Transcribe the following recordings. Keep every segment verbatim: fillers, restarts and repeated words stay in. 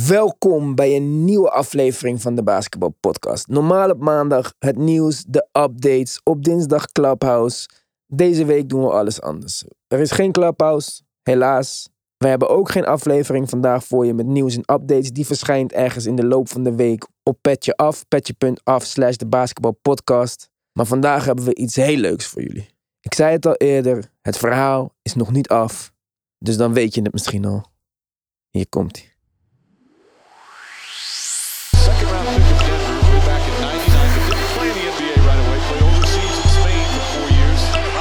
Welkom bij een nieuwe aflevering van de Basketball Podcast. Normaal op maandag het nieuws, de updates. Op dinsdag Clubhouse. Deze week doen we alles anders. Er is geen Clubhouse, helaas. We hebben ook geen aflevering vandaag voor je met nieuws en updates. Die verschijnt ergens in de loop van de week op Petje Af. Petje.af slash de Basketball Podcast. Maar vandaag hebben we iets heel leuks voor jullie. Ik zei het al eerder, het verhaal is nog niet af. Dus dan weet je het misschien al. Hier komt hij. Second round pick of Denver, flew back in ninety-nine, but didn't play in the N B A right away. Played overseas in Spain for four years.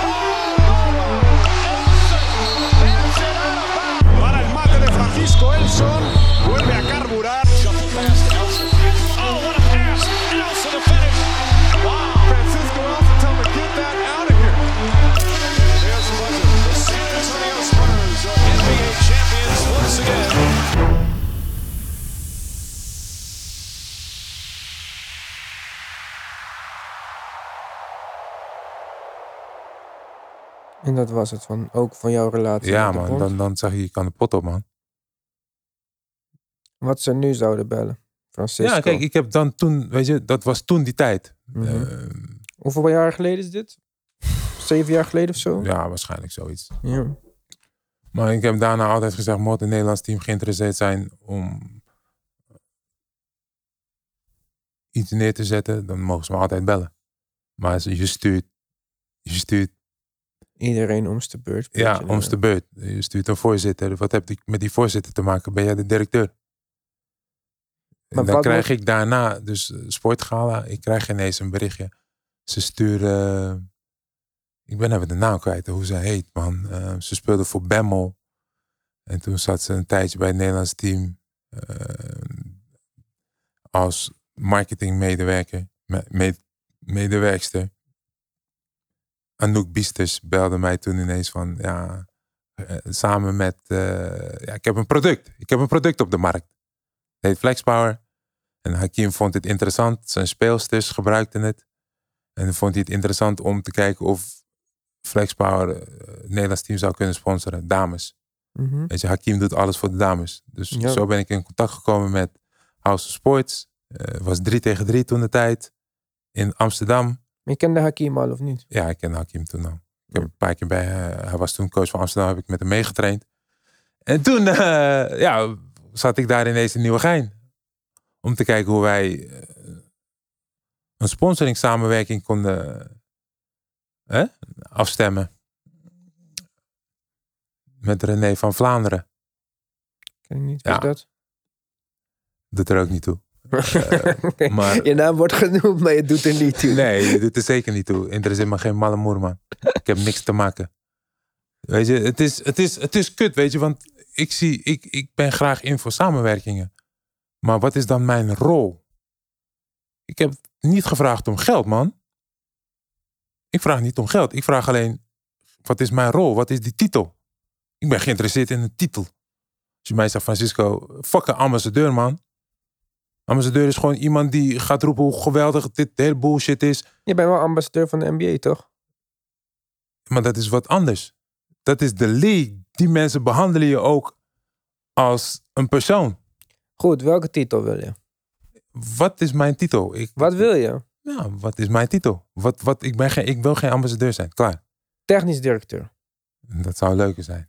Para el mate de Francisco Elson, vuelve a carburar. Shuffle pass to Elson. Oh, what a pass! Elson to finish. Wow, Francisco Elson, tell him to get that out of here. There's the buzzer. The San Antonio Spurs are N B A champions once again. En dat was het van, ook van jouw relatie Ja met de man, bond. dan, dan zag je, je kan de pot op man. Wat ze nu zouden bellen. Francisco. Ja, kijk, ik heb dan toen, weet je, dat was toen die tijd. Mhm. Uh, Hoeveel jaar geleden is dit? Zeven jaar geleden of zo? ja, waarschijnlijk zoiets. Ja. Maar ik heb daarna altijd gezegd, mocht het Nederlands team geïnteresseerd zijn om iets neer te zetten, dan mogen ze me altijd bellen. Maar je stuurt, je stuurt, Iedereen om de beurt. ja, om de beurt. Je stuurt een voorzitter. Wat heb ik met die voorzitter te maken? Ben jij de directeur? En Maar dan wat krijg moet- ik daarna, dus uh, Sportgala, ik krijg ineens een berichtje. Ze sturen, uh, ik ben even de naam kwijt, hoe ze heet, man. Uh, ze speelde voor Bemmel. En toen zat ze een tijdje bij het Nederlands team uh, als marketingmedewerker, me, me, medewerkster. Anouk Biesters belde mij toen ineens van, ja, uh, samen met, uh, ja, ik heb een product. Ik heb een product op de markt. Het heet Flexpower. En Hakim vond het interessant. Zijn speelsters gebruikten het. En dan vond hij het interessant om te kijken of Flexpower uh, het Nederlands team zou kunnen sponsoren. Dames. Mhm. Weet je, Hakim doet alles voor de dames. Dus Ja. zo ben ik in contact gekomen met House of Sports. Uh, het was drie tegen drie toen de tijd. In Amsterdam. Je kende Hakim al of niet? Ja, ik ken Hakim toen al. Ik heb een paar keer bij, uh, hij was toen coach van Amsterdam, heb ik met hem meegetraind. En toen, uh, ja, zat ik daar ineens in Nieuwegein. Om te kijken hoe wij uh, een sponsoring samenwerking konden uh, afstemmen. Met René van Vlaanderen. Ken ik niet. Ja. Wat is dat? Doet er ook niet toe. Uh, maar, Je naam wordt genoemd, maar je doet er niet toe. nee, je doet er zeker niet toe. Interesseert me geen malle moer, man. Ik heb niks te maken. Weet je, het is, het is, het is kut, weet je. Want ik, zie, ik, ik ben graag in voor samenwerkingen. Maar wat is dan mijn rol? Ik heb niet gevraagd om geld, man. Ik vraag niet om geld. Ik vraag alleen, wat is mijn rol? Wat is die titel? Ik ben geïnteresseerd in een titel. Als je mij zegt, Francisco, fuck een ambassadeur, man. Ambassadeur is gewoon iemand die gaat roepen hoe geweldig dit hele bullshit is. Je bent wel ambassadeur van de N B A, toch? Maar dat is wat anders. Dat is de league. Die mensen behandelen je ook als een persoon. Goed, welke titel wil je? Wat is mijn titel? Ik, Wat wil je? Ja, wat is mijn titel? Wat, wat, ik, ben geen, ik wil geen ambassadeur zijn. Klaar. Technisch directeur. Dat zou leuker zijn.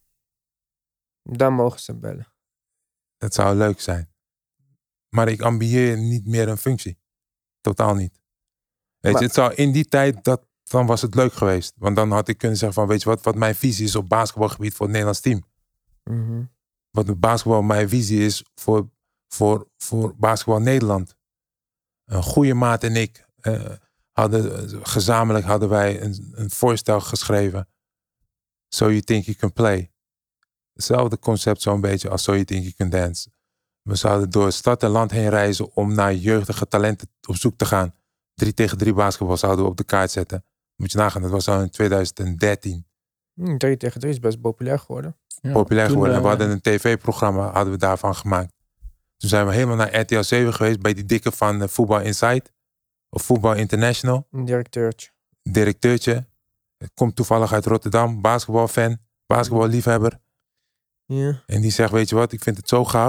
Dan mogen ze bellen. Dat zou leuk zijn. Maar ik ambieer niet meer een functie. Totaal niet. Weet Maar- je, het zou in die tijd, dat, dan was het leuk geweest. Want dan had ik kunnen zeggen van, weet je wat, wat mijn visie is op basketbalgebied voor het Nederlands team. Mhm. Wat de basketbal mijn visie is voor, voor, voor basketbal Nederland. Een goede maat en ik uh, hadden, uh, gezamenlijk hadden wij een, een voorstel geschreven. So You Think You Can Play. Hetzelfde concept zo'n beetje als So You Think You Can Dance. We zouden door stad en land heen reizen om naar jeugdige talenten op zoek te gaan. Drie tegen drie basketbal zouden we op de kaart zetten. Moet je nagaan, dat was al in twintig dertien. Hm, drie tegen drie is best populair geworden. Ja, Populair toen, geworden. En we uh, hadden een tv-programma hadden we daarvan gemaakt. Toen zijn we helemaal naar R T L zeven geweest bij die dikke van uh, Voetbal Insight. Of Voetbal International. Een directeurtje. Directeurtje. Komt toevallig uit Rotterdam. Basketbalfan. Basketballiefhebber. Ja. En die zegt, weet je wat, ik vind het zo gaaf.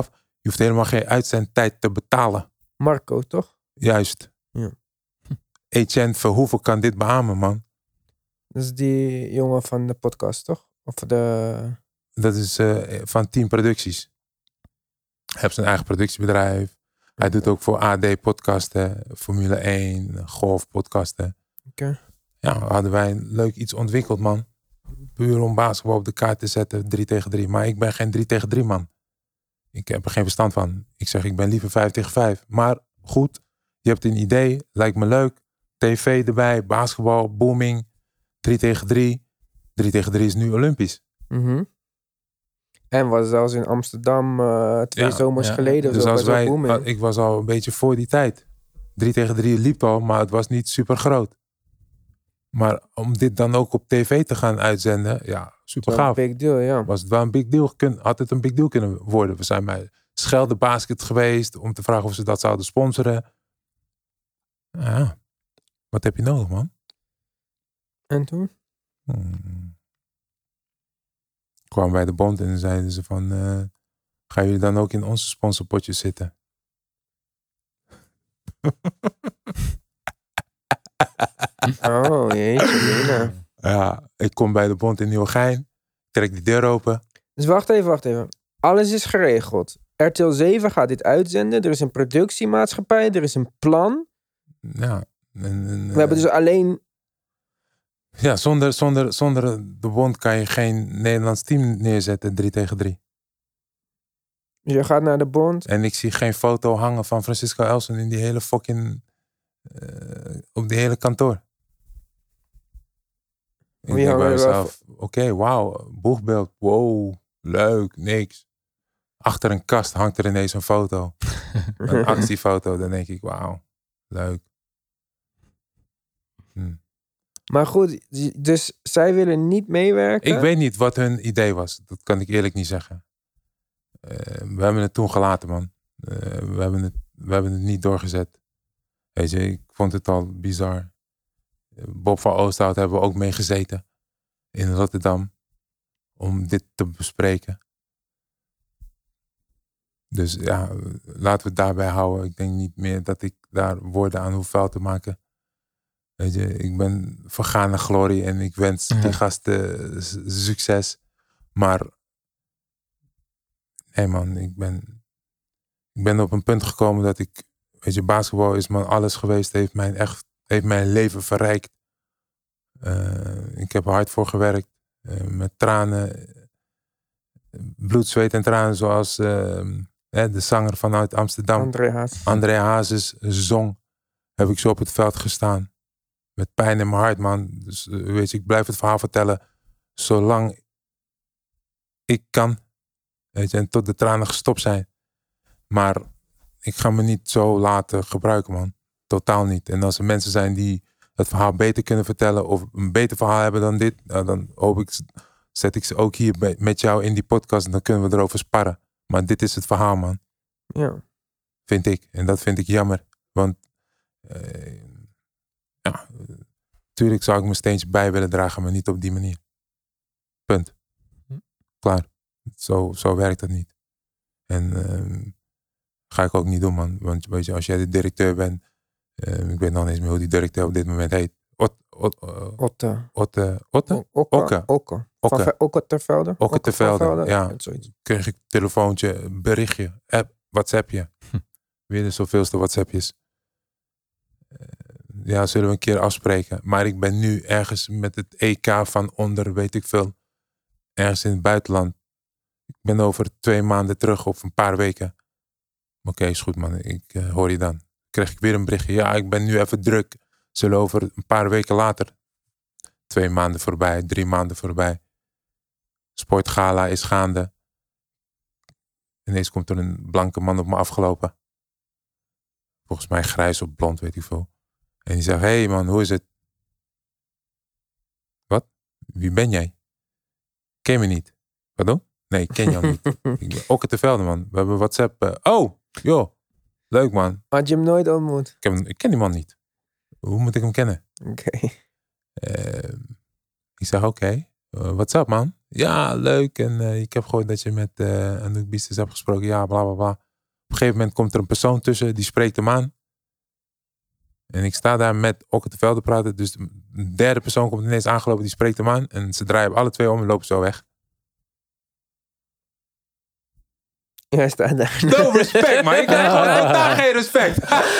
Je hoeft helemaal geen uitzendtijd te betalen. Marco, toch? Juist. Ja. Etienne Verhoeven kan dit beamen, man. Dat is die jongen van de podcast, toch? Of de... Dat is uh, van Team Producties. Hij heeft zijn eigen productiebedrijf. Hij doet ook voor A D podcasten, Formule één, golf podcasten. Oké. Okay. Ja, hadden wij een leuk iets ontwikkeld, man. Puur om basketbal op de kaart te zetten, drie tegen drie. Maar ik ben geen drie tegen drie, man. Ik heb er geen verstand van. Ik zeg, ik ben liever vijf tegen vijf. Maar goed, je hebt een idee, lijkt me leuk. T V erbij, basketbal, booming, drie tegen drie. drie tegen drie is nu Olympisch. Mm-hmm. En was zelfs in Amsterdam uh, twee ja, zomers ja. geleden. Dus zo, als wij, booming. ik was al een beetje voor die tijd. drie tegen drie liep al, maar het was niet super groot. Maar om dit dan ook op tv te gaan uitzenden, ja, super gaaf. Een big deal, ja. Was het wel een big deal, had het een big deal kunnen worden. We zijn bij Schelde Basket geweest om te vragen of ze dat zouden sponsoren. Ja, wat heb je nodig, man? En toen? Hmm. Kwamen bij de bond en zeiden ze van, uh, gaan jullie dan ook in onze sponsorpotjes zitten? Oh, jeetje. Ja, ik kom bij de bond in Nieuwegein. Trek die deur open. Dus wacht even, wacht even. Alles is geregeld. R T L zeven gaat dit uitzenden. Er is een productiemaatschappij. Er is een plan. Ja. En, en, We hebben dus alleen... Ja, zonder, zonder, zonder de bond kan je geen Nederlands team neerzetten. drie tegen drie. Dus je gaat naar de bond. En ik zie geen foto hangen van Francisco Elson in die hele fucking... Uh, op die hele kantoor. Ik Wie denk bij mezelf, oké, okay, wauw, boegbeeld, wow, leuk, niks. Achter een kast hangt er ineens een foto. Een actiefoto, dan denk ik, wauw, leuk. Hm. Maar goed, dus zij willen niet meewerken? Ik weet niet wat hun idee was, dat kan ik eerlijk niet zeggen. Uh, we hebben het toen gelaten, man. Uh, we, hebben het, we hebben het niet doorgezet. Weet je, ik vond het al bizar. Bob van Oosthout hebben we ook meegezeten in Rotterdam om dit te bespreken. Dus ja, laten we het daarbij houden. Ik denk niet meer dat ik daar woorden aan hoef vuil te maken. Weet je, ik ben vergane glorie en ik wens die gasten succes. Maar nee man, ik ben, ik ben op een punt gekomen dat ik, weet je, basketbal is mijn alles geweest, heeft mijn echt, heeft mijn leven verrijkt. Uh, ik heb er hard voor gewerkt. Uh, met tranen. Bloed, zweet en tranen. Zoals uh, hè, de zanger vanuit Amsterdam. André Hazes. André Hazes zong. Heb ik zo op het veld gestaan. Met pijn in mijn hart, man. Dus uh, weet je, ik blijf het verhaal vertellen. Zolang ik kan. Weet je, en tot de tranen gestopt zijn. Maar ik ga me niet zo laten gebruiken, man. Totaal niet. En als er mensen zijn die het verhaal beter kunnen vertellen of een beter verhaal hebben dan dit, nou, dan hoop ik, zet ik ze ook hier bij, met jou in die podcast en dan kunnen we erover sparren. Maar dit is het verhaal, man. Ja. Vind ik. En dat vind ik jammer. Want uh, ja, tuurlijk zou ik mijn steentje bij willen dragen, maar niet op die manier. Punt. Klaar. Zo, zo werkt het niet. En uh, ga ik ook niet doen, man. Want weet je, als jij de directeur bent, Uh, ik weet nog niet eens meer hoe die directeur op dit moment heet. Ot, ot, uh, Otte. Otte. Otte? Okke. Okke. Okke. Okke Tervelde. Okke Tervelde, ja. Kreeg ik telefoontje, berichtje, app, WhatsAppje. Hm. Weer de zoveelste WhatsAppjes. Uh, ja, zullen we een keer afspreken. Maar ik ben nu ergens met het E K van onder, weet ik veel. Ergens in het buitenland. Ik ben over twee maanden terug of een paar weken. Oké, okay, is goed man. Ik uh, hoor je dan. Kreeg ik weer een berichtje. Ja, ik ben nu even druk. Zullen over een paar weken later. Twee maanden voorbij, drie maanden voorbij. Sportgala is gaande. Ineens komt er een blanke man op me afgelopen. Volgens mij grijs of blond, weet ik veel. En die zegt, hé hey man, hoe is het? Wat? Wie ben jij? Ken me niet. Pardon? Nee, ik ken jou niet. Ik ben Okke Tervelde, man. We hebben WhatsApp. Uh, oh, joh. Leuk, man. Had je hem nooit ontmoet? Ik, heb hem, ik ken die man niet. Hoe moet ik hem kennen? Oké. Okay. Uh, ik zeg, oké. Okay. Uh, what's up, man? Ja, leuk. En uh, ik heb gehoord dat je met uh, Anouk Biestes hebt gesproken. Ja, bla, bla, bla. een gegeven moment komt er een persoon tussen, die spreekt hem aan. En ik sta daar met Okke te Velde praten. Dus een derde persoon komt ineens aangelopen, die spreekt hem aan. En ze draaien alle twee om en lopen zo weg. Jij staat daar. No respect, man. Ik krijg gewoon totaal geen respect.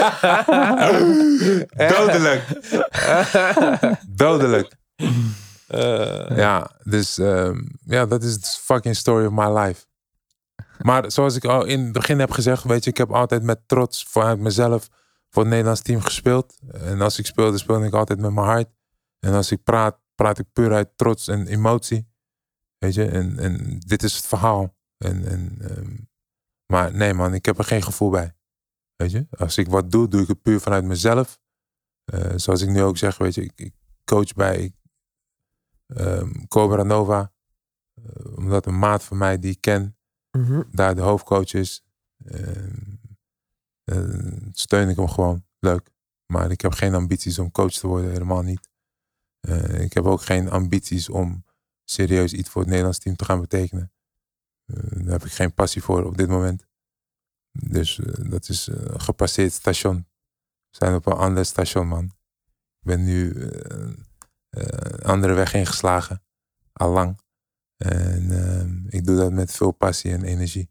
Dodelijk. Dodelijk. Uh, ja, dus um, ja, dat is het fucking story of my life. Maar zoals ik al in het begin heb gezegd, weet je, ik heb altijd met trots vanuit mezelf voor het Nederlands team gespeeld. En als ik speelde, speelde ik altijd met mijn hart. En als ik praat, praat ik puur uit trots en emotie. Weet je, en, en dit is het verhaal. En, en, um, maar nee man, ik heb er geen gevoel bij. Weet je, als ik wat doe, doe ik het puur vanuit mezelf. Uh, zoals ik nu ook zeg, weet je, ik, ik coach bij um, Cobra Nova. Uh, omdat een maat van mij die ik ken, mm-hmm. daar de hoofdcoach is. Uh, uh, steun ik hem gewoon. Leuk. Maar ik heb geen ambities om coach te worden, helemaal niet. Uh, ik heb ook geen ambities om serieus iets voor het Nederlands team te gaan betekenen. Uh, daar heb ik geen passie voor op dit moment. Dus uh, dat is uh, een gepasseerd station. We zijn op een ander station, man. Ik ben nu uh, uh, een andere weg ingeslagen. Allang. En uh, ik doe dat met veel passie en energie.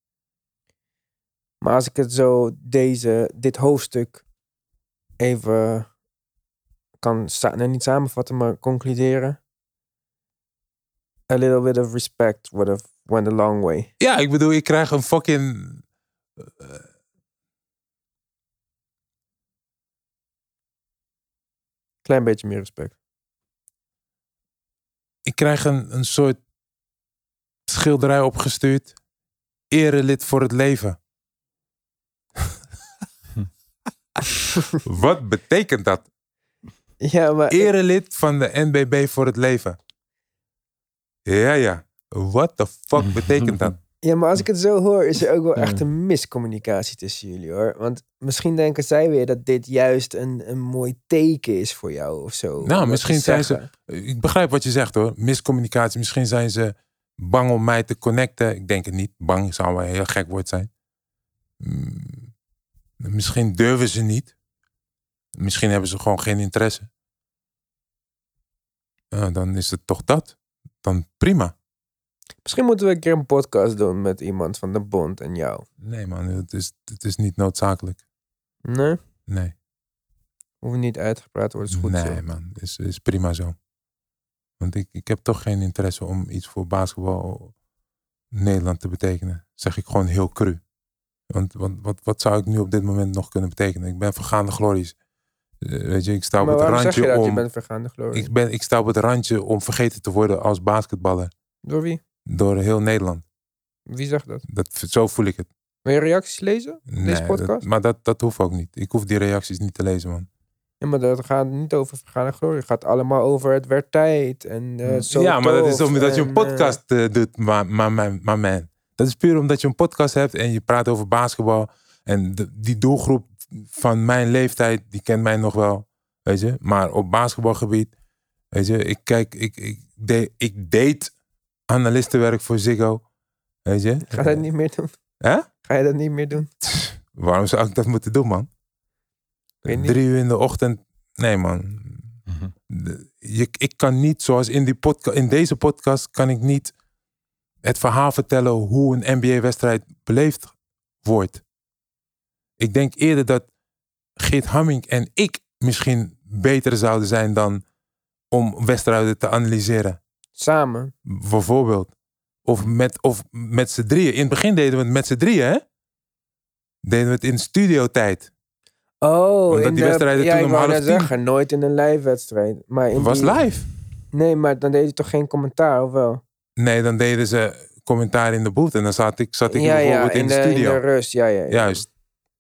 Maar als ik het zo, deze, dit hoofdstuk even kan, nou niet samenvatten, maar concluderen. A little bit of respect would have went a long way. Ja, ik bedoel, ik krijg een fucking... Uh, Klein beetje meer respect. Ik krijg een, een soort schilderij opgestuurd. Erelid voor het leven. Wat betekent dat? Ja, maar... Erelid van de N B B voor het leven. Ja, ja. What the fuck betekent dat? Ja, maar als ik het zo hoor, is er ook wel echt een miscommunicatie tussen jullie, hoor. Want misschien denken zij weer dat dit juist een, een mooi teken is voor jou of zo. Nou, misschien zijn ze... Ik begrijp wat je zegt, hoor. Miscommunicatie. Misschien zijn ze bang om mij te connecten. Ik denk het niet. Bang zou wel een heel gek woord zijn. Hmm. Misschien durven ze niet. Misschien hebben ze gewoon geen interesse. Uh, dan is het toch dat. Dan prima. Misschien moeten we een keer een podcast doen met iemand van de bond en jou. Nee man, het is, het is niet noodzakelijk. Nee? Nee. Hoeven niet uitgepraat worden, is goed nee, zo. Nee man, het is, is prima zo. Want ik, ik heb toch geen interesse om iets voor basketbal Nederland te betekenen. Zeg ik gewoon heel cru. Want, want wat, wat zou ik nu op dit moment nog kunnen betekenen? Ik ben vergaande glories. Uh, weet je, ik sta op maar het randje zeg je dat om... je bent vergaande glorie? Ik, ben, ik sta op het randje om vergeten te worden als basketballer. Door wie? Door heel Nederland. Wie zegt dat? dat zo voel ik het. Wil je reacties lezen op nee, deze podcast? Dat, maar dat, dat hoeft ook niet. Ik hoef die reacties niet te lezen, man. Ja, maar dat gaat niet over vergaande glorie. Het gaat allemaal over het werd tijd. En, uh, zo ja, maar dat is omdat en, je een podcast uh, doet, maar, maar, maar, maar man. Dat is puur omdat je een podcast hebt en je praat over basketbal. En de, die doelgroep van mijn leeftijd, die kent mij nog wel. Weet je? Maar op basketbalgebied, weet je, ik kijk, ik, ik, de, ik deed analistenwerk voor Ziggo. Weet je? Ga je dat niet meer doen? Hè? Ga je dat niet meer doen? Waarom zou ik dat moeten doen, man? Drie uur in de ochtend. Nee, man. Mm-hmm. De, je, ik kan niet, zoals in, die podca- in deze podcast, kan ik niet het verhaal vertellen hoe een N B A-wedstrijd beleefd wordt. Ik denk eerder dat Geert Hamming en ik misschien beter zouden zijn dan om wedstrijden te analyseren. Samen? Bijvoorbeeld. Of met, of met z'n drieën. In het begin deden we het met z'n drieën, hè? Deden we het in studiotijd. Oh, omdat in die de, wedstrijden ja, toen ik om wou half net tien. zeggen, nooit in een live wedstrijd. Maar in was die... live. Nee, maar dan deed je toch geen commentaar, of wel? Nee, dan deden ze commentaar in de booth. En dan zat ik, zat ik ja, bijvoorbeeld ja, in, in de, de studio. in de rust, ja, ja, ja. Juist.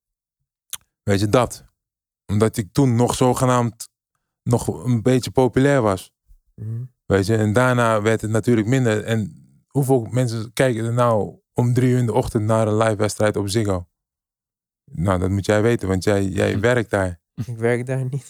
Weet je, dat. Omdat ik toen nog zogenaamd nog een beetje populair was. Mm-hmm. Weet je, en daarna werd het natuurlijk minder. En hoeveel mensen kijken er nou om drie uur in de ochtend naar een live wedstrijd op Ziggo? Nou, dat moet jij weten, want jij, jij hm. werkt daar. Ik werk daar niet.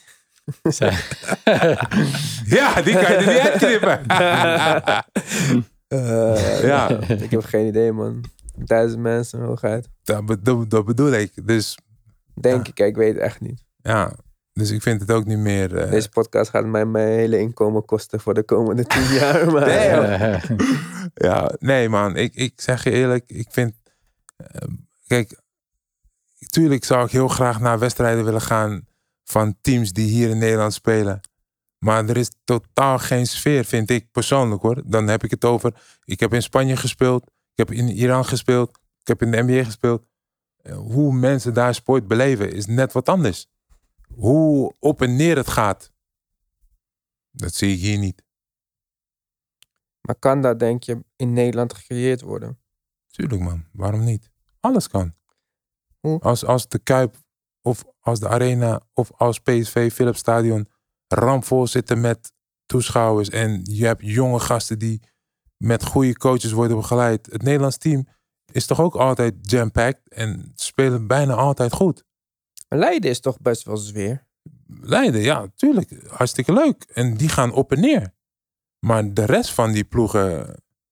Ja, die kan je er niet uitknippen. uh, ja. Ik heb geen idee, man. Duizend mensen hooguit. Dat, bedoel, dat bedoel ik. Dus Denk Ja. ik, ik weet het echt niet. ja, dus ik vind het ook niet meer... Uh, Deze podcast gaat mij mijn hele inkomen kosten voor de komende tien jaar. Maar Nee, ja, nee man, ik, ik zeg je eerlijk, ik vind... Uh, kijk, tuurlijk zou ik heel graag naar wedstrijden willen gaan van teams die hier in Nederland spelen. Maar er is totaal geen sfeer, vind ik persoonlijk hoor. Dan heb ik het over, ik heb in Spanje gespeeld, ik heb in Iran gespeeld, ik heb in de N B A gespeeld. Uh, hoe mensen daar sport beleven is net wat anders. Hoe op en neer het gaat, dat zie ik hier niet. Maar kan dat, denk je, in Nederland gecreëerd worden? Tuurlijk man, waarom niet? Alles kan. Hoe? Als, als de Kuip of als de Arena of als P S V Philips Stadion rampvol zitten met toeschouwers en je hebt jonge gasten die met goede coaches worden begeleid. Het Nederlands team is toch ook altijd jam-packed en spelen bijna altijd goed. Leiden is toch best wel zweer. Leiden, ja, tuurlijk. Hartstikke leuk. En die gaan op en neer. Maar de rest van die ploegen,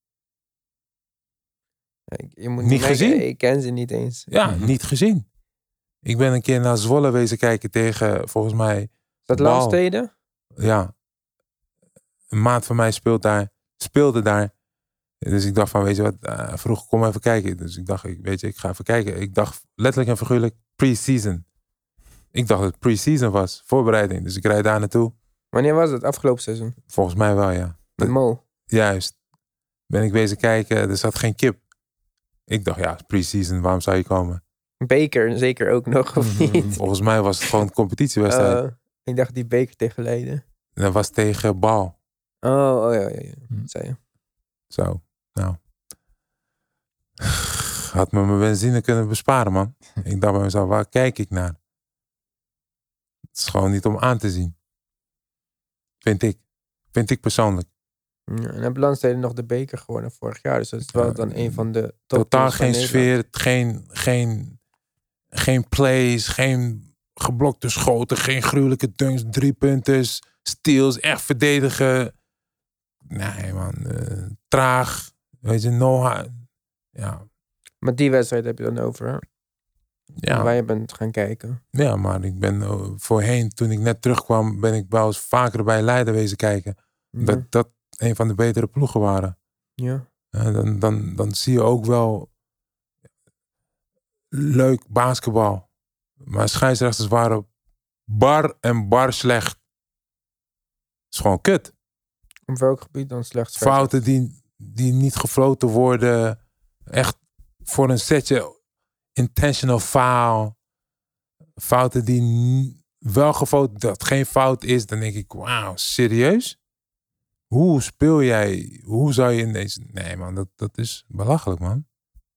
Je moet Niet denken, gezien? Ik ken ze niet eens. ja, niet gezien. Ik ben een keer naar Zwolle wezen kijken tegen, volgens mij, Is dat Bal. Landsteden? Ja, een maat van mij speelt daar, speelde daar. Dus ik dacht van, weet je wat, uh, vroeg kom even kijken. Dus ik dacht, ik, weet je, ik ga even kijken. Ik dacht letterlijk en figuurlijk pre-season. Ik dacht dat het pre-season was, voorbereiding. Dus ik rijd daar naartoe. Wanneer was het? Afgelopen seizoen? Volgens mij wel, ja. Met Mo? Juist. Ben ik wezen kijken, er zat geen kip. Ik dacht, ja, pre-season, waarom zou je komen? Beker zeker ook nog, of niet? Volgens mij was het gewoon een competitiewedstrijd. Uh, ik dacht die beker tegen Leiden. En dat was tegen Bal. Oh, oh ja, ja, ja. Hm. Dat zei je. Zo, nou. Had me mijn benzine kunnen besparen, man. Ik dacht bij mezelf, waar kijk ik naar? Het is gewoon niet om aan te zien. Vind ik. Vind ik persoonlijk. Ja, en heb Landsteden nog de beker gewonnen vorig jaar. Dus dat is wel Ja, dan een van de top Totaal teams van geen Nederland. sfeer, geen, geen, geen plays, geen geblokte schoten, geen gruwelijke dunks, driepunters, steals, echt verdedigen. Nee man, uh, traag, weet je, no. Ja, Maar die wedstrijd heb je dan over, hè? ja. Waar je bent gaan kijken. Ja, maar ik ben uh, voorheen, toen ik net terugkwam, ben ik wel eens vaker bij Leiden wezen kijken. Ja. Dat dat een van de betere ploegen waren. Ja. Uh, dan, dan, dan zie je ook wel leuk basketbal. Maar scheidsrechters waren bar en bar slecht. Het is gewoon kut. Op welk gebied dan slecht? Fouten die, die niet gefloten worden. Echt voor een setje intentional foul. Fouten die n- wel gefloten, dat geen fout is. Dan denk ik, wauw, serieus? Hoe speel jij? Hoe zou je in deze... Nee man, dat, dat is belachelijk man.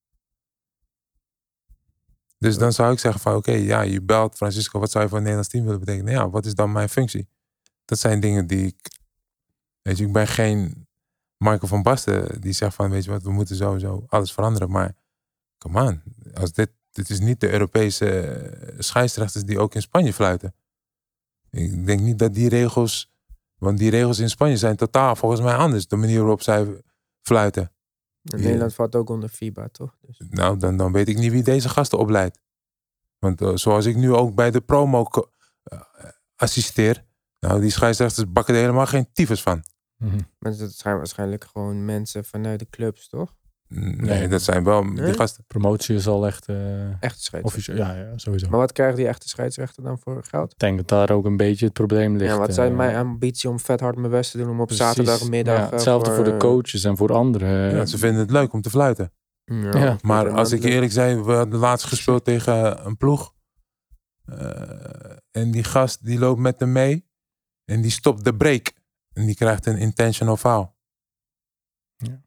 Dus dan zou ik zeggen van, oké, okay, ja, je belt Francisco, wat zou je voor een Nederlands team willen betekenen? Ja, wat is dan mijn functie? Dat zijn dingen die ik... Weet je, ik ben geen Marco van Basten die zegt van, weet je wat, we moeten sowieso alles veranderen. Maar, come on, als dit, dit is niet de Europese scheidsrechters die ook in Spanje fluiten. Ik denk niet dat die regels, want die regels in Spanje zijn totaal volgens mij anders. De manier waarop zij fluiten. En Nederland valt ook onder FIBA, toch? Dus. Nou, dan, dan weet ik niet wie deze gasten opleidt. Want uh, zoals ik nu ook bij de promo co- uh, assisteer, nou, die scheidsrechters bakken er helemaal geen tyfus van. Mm-hmm. Maar dat zijn waarschijnlijk gewoon mensen vanuit de clubs, toch? Nee, Nee. dat zijn wel Nee? die gasten. Promotie is al echt uh, Echte scheidsrechter. officieel. Ja, ja, sowieso. Maar wat krijgt die echte scheidsrechter dan voor geld? Ik denk dat daar ook een beetje het probleem ligt. Ja, wat zijn uh, mijn ambitie om vet hard mijn best te doen om op precies. zaterdagmiddag... Ja, uh, hetzelfde voor, de uh, coaches en voor anderen. Ja, ze vinden het leuk om te fluiten. Ja, Ja. Maar als ik eerlijk eerlijk zei, we hadden laatst gespeeld tegen een ploeg. Uh, en die gast die loopt met hem mee. En die stopt de break. En die krijgt een intentional foul. Ja.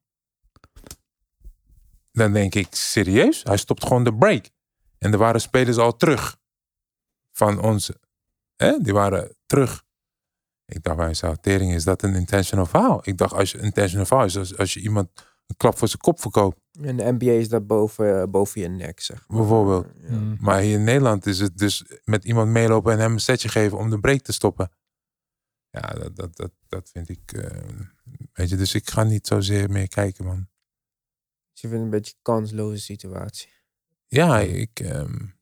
Dan denk ik, serieus? Hij stopt gewoon de break. En er waren spelers al terug. Van onze. Hè? Die waren terug. Ik dacht bij mezelf, tering, is dat een intentional foul? Ik dacht, als je intentional foul is, als, als je iemand een klap voor zijn kop verkoopt. In de N B A is dat boven, uh, boven je nek, zeg maar. Bijvoorbeeld. Ja. Mm. Maar hier in Nederland is het dus met iemand meelopen en hem een setje geven om de break te stoppen. Ja, dat, dat, dat, dat vind ik... Uh, weet je, dus ik ga niet zozeer meer kijken, man. Dus je vindt een beetje een kansloze situatie. Ja, ik, um,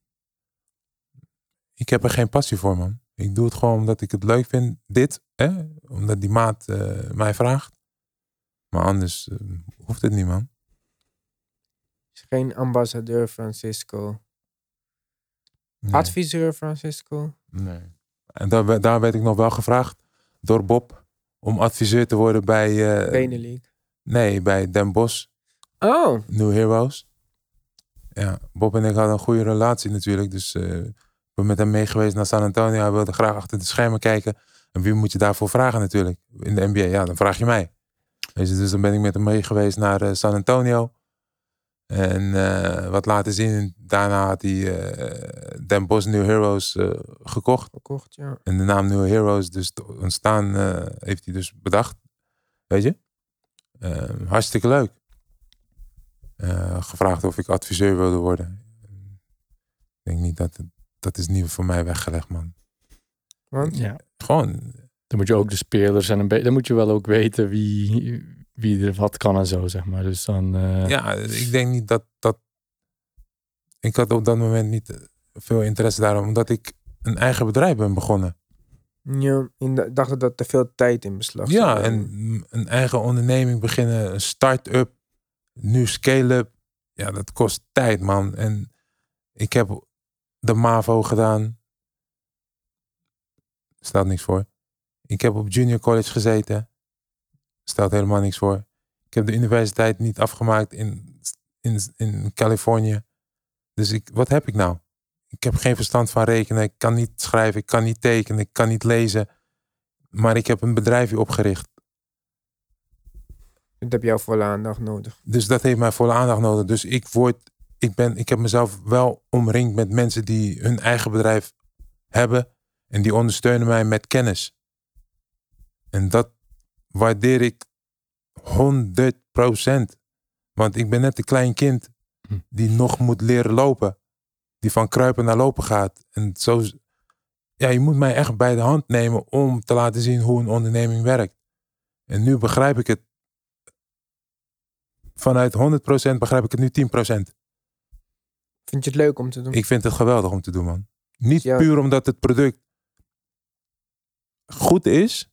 ik heb er geen passie voor, man. Ik doe het gewoon omdat ik het leuk vind. Dit, hè? Omdat die maat uh, mij vraagt. Maar anders uh, hoeft het niet, man. Is geen ambassadeur Francisco. Nee. Adviseur Francisco? Nee. En daar, daar werd ik nog wel gevraagd door Bob om adviseur te worden bij... Uh, Benelink. Nee, bij Den Bosch. Oh. New Heroes. Ja, Bob en ik hadden een goede relatie natuurlijk. Dus uh, ik ben met hem mee geweest naar San Antonio. Hij wilde graag achter de schermen kijken. En wie moet je daarvoor vragen natuurlijk? In de N B A, ja, dan vraag je mij. Dus, dus dan ben ik met hem mee geweest naar uh, San Antonio. En uh, wat laten zien. Daarna had hij uh, Den Bosch New Heroes uh, gekocht. Gekocht, ja. En de naam New Heroes dus te ontstaan uh, heeft hij dus bedacht. Weet je? Uh, hartstikke leuk. Uh, gevraagd of ik adviseur wilde worden. Ik denk niet dat het, dat is niet voor mij weggelegd, man. Want? Ja. Gewoon. Dan moet je ook de spelers en een beetje, dan moet je wel ook weten wie, wie er wat kan en zo, zeg maar. Dus dan. Uh... Ja, ik denk niet dat dat. Ik had op dat moment niet veel interesse daarom, omdat ik een eigen bedrijf ben begonnen. Ja, ik dacht dat dat te veel tijd in beslag Ja, zou en hebben. een eigen onderneming beginnen, een start-up, nu scale-up. Ja, dat kost tijd, man. En ik heb de MAVO gedaan. Stelt niks voor. Ik heb op junior college gezeten. Stelt helemaal niks voor. Ik heb de universiteit niet afgemaakt in, in, in Californië. Dus ik, wat heb ik nou? Ik heb geen verstand van rekenen. Ik kan niet schrijven. Ik kan niet tekenen. Ik kan niet lezen. Maar ik heb een bedrijfje opgericht. Dat heb jouw volle aandacht nodig. Dus dat heeft mij volle aandacht nodig. Dus ik word, ik ben, ik heb mezelf wel omringd met mensen die hun eigen bedrijf hebben. En die ondersteunen mij met kennis. En dat waardeer ik honderd procent. Want ik ben net een klein kind die nog moet leren lopen. Die van kruipen naar lopen gaat. En zo, ja, je moet mij echt bij de hand nemen om te laten zien hoe een onderneming werkt. En nu begrijp ik het. Vanuit honderd procent begrijp ik het nu tien procent. Vind je het leuk om te doen? Ik vind het geweldig om te doen, man. Niet Ja. puur omdat het product goed is.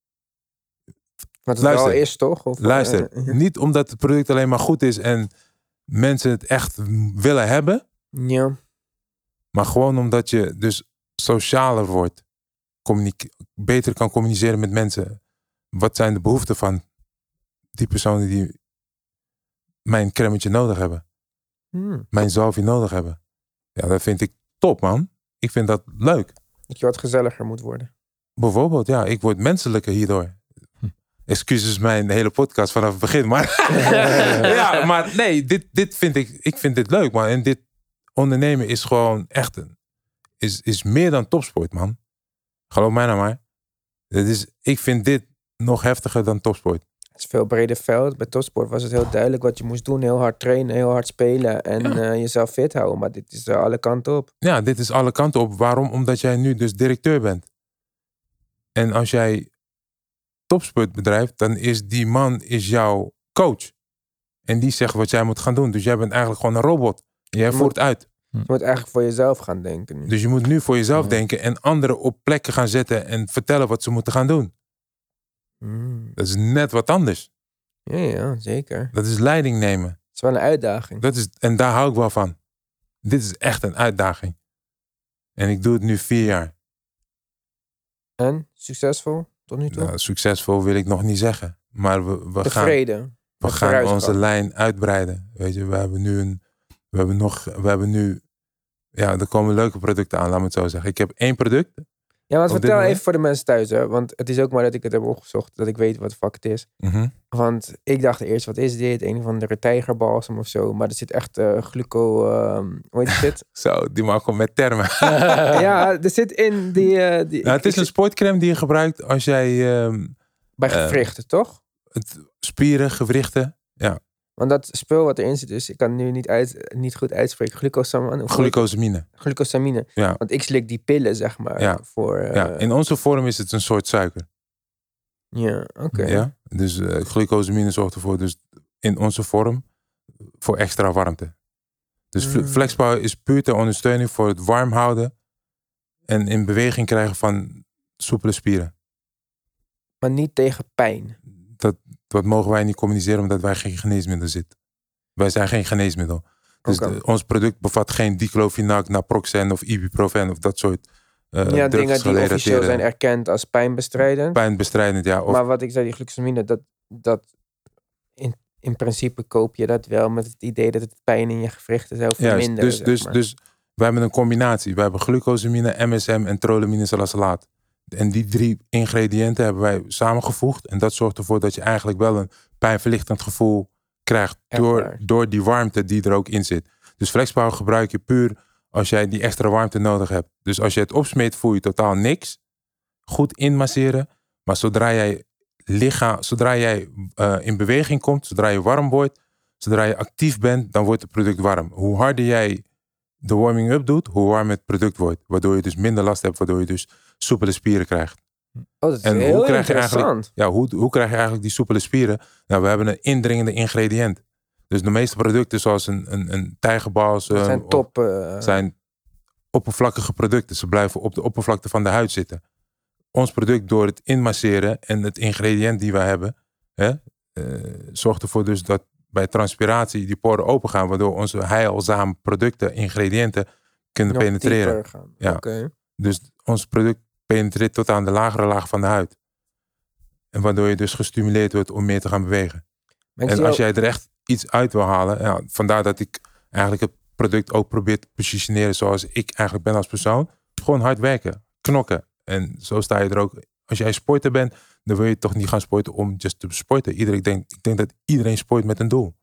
Wat het Luister. wel is, toch? Of, Luister, uh, niet omdat het product alleen maar goed is en mensen het echt willen hebben. ja. Maar gewoon omdat je dus socialer wordt. Communic- beter kan communiceren met mensen. Wat zijn de behoeften van die personen die mijn cremmetje nodig hebben. Hmm. Mijn zalfje nodig hebben. Ja, dat vind ik top, man. Ik vind dat leuk. Dat je wat gezelliger moet worden. Bijvoorbeeld, ja, ik word menselijker hierdoor. Excuses mijn hele podcast vanaf het begin, maar ja, maar nee, dit, dit vind ik, ik vind dit leuk, man. En dit ondernemen is gewoon echt een, is, is meer dan topsport, man. Geloof mij nou maar. Dit is, ik vind dit nog heftiger dan topsport. Het is een veel breder veld. Bij topsport was het heel duidelijk wat je moest doen. Heel hard trainen, heel hard spelen en Ja. uh, jezelf fit houden. Maar dit is uh, alle kanten op. Ja, dit is alle kanten op. Waarom? Omdat jij nu dus directeur bent. En als jij topsport bedrijft, dan is die man is jouw coach. En die zegt wat jij moet gaan doen. Dus jij bent eigenlijk gewoon een robot. Jij moet- voert uit. Je moet eigenlijk voor jezelf gaan denken nu. Dus je moet nu voor jezelf Ja. denken en anderen op plekken gaan zetten en vertellen wat ze moeten gaan doen. Hmm. Dat is net wat anders. Ja, ja, zeker. Dat is leiding nemen. Het is wel een uitdaging. Dat is, en daar hou ik wel van. Dit is echt een uitdaging. En ik doe het nu vier jaar. En? Succesvol? Tot nu toe? Nou, succesvol wil ik nog niet zeggen. Maar we, we gaan, Tevreden? we met gaan vooruitgang. onze lijn uitbreiden. Weet je, we hebben nu een. We hebben nog. We hebben nu. Ja, er komen leuke producten aan, laat me het zo zeggen. Ik heb één product. Ja, want op dit vertel moment? even voor de mensen thuis, hè. Want het is ook maar dat ik het heb opgezocht. Dat ik weet wat de fuck het is. Mhm. Want ik dacht eerst, wat is dit? Een van de tijgerbalsem of zo. Maar er zit echt uh, gluco... Uh, hoe heet dit? Zo, die mag gewoon met termen. Ja, er zit in die... Uh, die Nou, het ik- is een sportcrème die je gebruikt als jij ehm, bij eh, gewrichten, toch? het spieren, gewrichten, ja, Want dat spul wat erin zit, dus ik kan het nu niet, uit, niet goed uitspreken. Glucosamine. glucosamine. Glucosamine. Ja. Want ik slik die pillen, zeg maar. Ja. Voor, uh, Ja, in onze vorm is het een soort suiker. ja, oké. Ja? Dus eh, glucosamine zorgt ervoor, dus in onze vorm voor extra warmte. Dus Mm. FlexPower is puur ter ondersteuning voor het warm houden en in beweging krijgen van soepele spieren. Maar niet tegen pijn. Dat, dat mogen wij niet communiceren omdat wij geen geneesmiddel zitten. Wij zijn geen geneesmiddel. Dus Oké. de- ons product bevat geen diclofenac, naproxen of ibuprofen of dat soort uh, ja, dingen die officieel zijn erkend als pijnbestrijdend. pijnbestrijdend. Ja, of Maar wat ik zei, die glucosamine, dat, dat in, in principe koop je dat wel met het idee dat het pijn in je gewrichten zou juist, verminderen. dus, zeg dus, maar. dus wij hebben een combinatie. Wij hebben glucosamine, M S M en trolamine salicylate. En die drie ingrediënten hebben wij samengevoegd. En dat zorgt ervoor dat je eigenlijk wel een pijnverlichtend gevoel krijgt Echt door, waar. door die warmte die er ook in zit. Dus FlexPower gebruik je puur als jij die extra warmte nodig hebt. Dus als je het opsmeet voel je totaal niks. Goed inmasseren. Maar zodra jij lichaam, zodra jij uh, in beweging komt, zodra je warm wordt, zodra je actief bent, dan wordt het product warm. Hoe harder jij de warming-up doet, hoe warm het product wordt. Waardoor je dus minder last hebt, waardoor je dus soepele spieren krijgt. Oh, dat is En heel hoe krijg je interessant. eigenlijk, ja, hoe, hoe krijg je eigenlijk die soepele spieren? Nou, we hebben een indringende ingrediënt. Dus de meeste producten, zoals een, een, een tijgerbalsem, Dat zijn top. Uh, zijn oppervlakkige producten. Ze blijven op de oppervlakte van de huid zitten. Ons product, door het inmasseren en het ingrediënt die we hebben, hè, uh, zorgt ervoor dus dat bij transpiratie die poren open gaan, waardoor onze heilzame producten, ingrediënten kunnen nog penetreren. dieper gaan. Ja. Oké. Dus ons product penetreert tot aan de lagere laag van de huid. En waardoor je dus gestimuleerd wordt om meer te gaan bewegen. Maar ik En zie als ook- jij er echt iets uit wil halen, ja, vandaar dat ik eigenlijk het product ook probeer te positioneren zoals ik eigenlijk ben als persoon. Gewoon hard werken, knokken. En zo sta je er ook. Als jij sporter bent, dan wil je toch niet gaan sporten om just te sporten. Iedereen denkt, ik denk dat iedereen sport met een doel.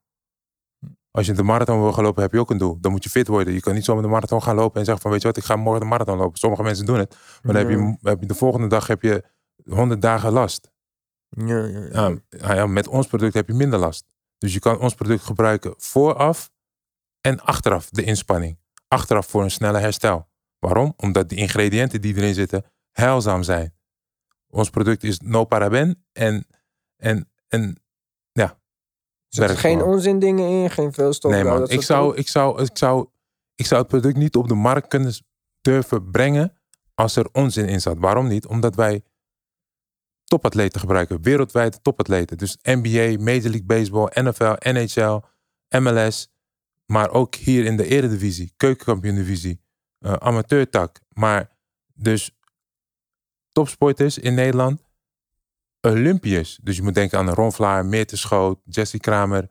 Als je de marathon wil gaan lopen, heb je ook een doel. Dan moet je fit worden. Je kan niet zomaar de marathon gaan lopen en zeggen van, weet je wat, ik ga morgen de marathon lopen. Sommige mensen doen het. Maar dan heb, je, heb je de volgende dag heb je honderd dagen last. Ja, ja, ja. Ja, nou ja, met ons product heb je minder last. Dus je kan ons product gebruiken vooraf en achteraf de inspanning. Achteraf voor een snelle herstel. Waarom? Omdat de ingrediënten die erin zitten heilzaam zijn. Ons product is no paraben en, en, en ja. Er zitten werkt geen gewoon. onzin dingen in, geen veel stof. Nee nou, man, dat ik soort zou, dingen. ik, zou, ik, zou, ik zou het product niet op de markt kunnen durven brengen als er onzin in zat. Waarom niet? Omdat wij topatleten gebruiken. Wereldwijd topatleten. Dus N B A, Major League Baseball, N F L, N H L, M L S. Maar ook hier in de Eredivisie, Keukenkampioen-divisie, uh, amateurtak. Maar dus topsporters in Nederland, Olympiërs. Dus je moet denken aan Ron Vlaar, Meerte Schoot, Jesse Kramer,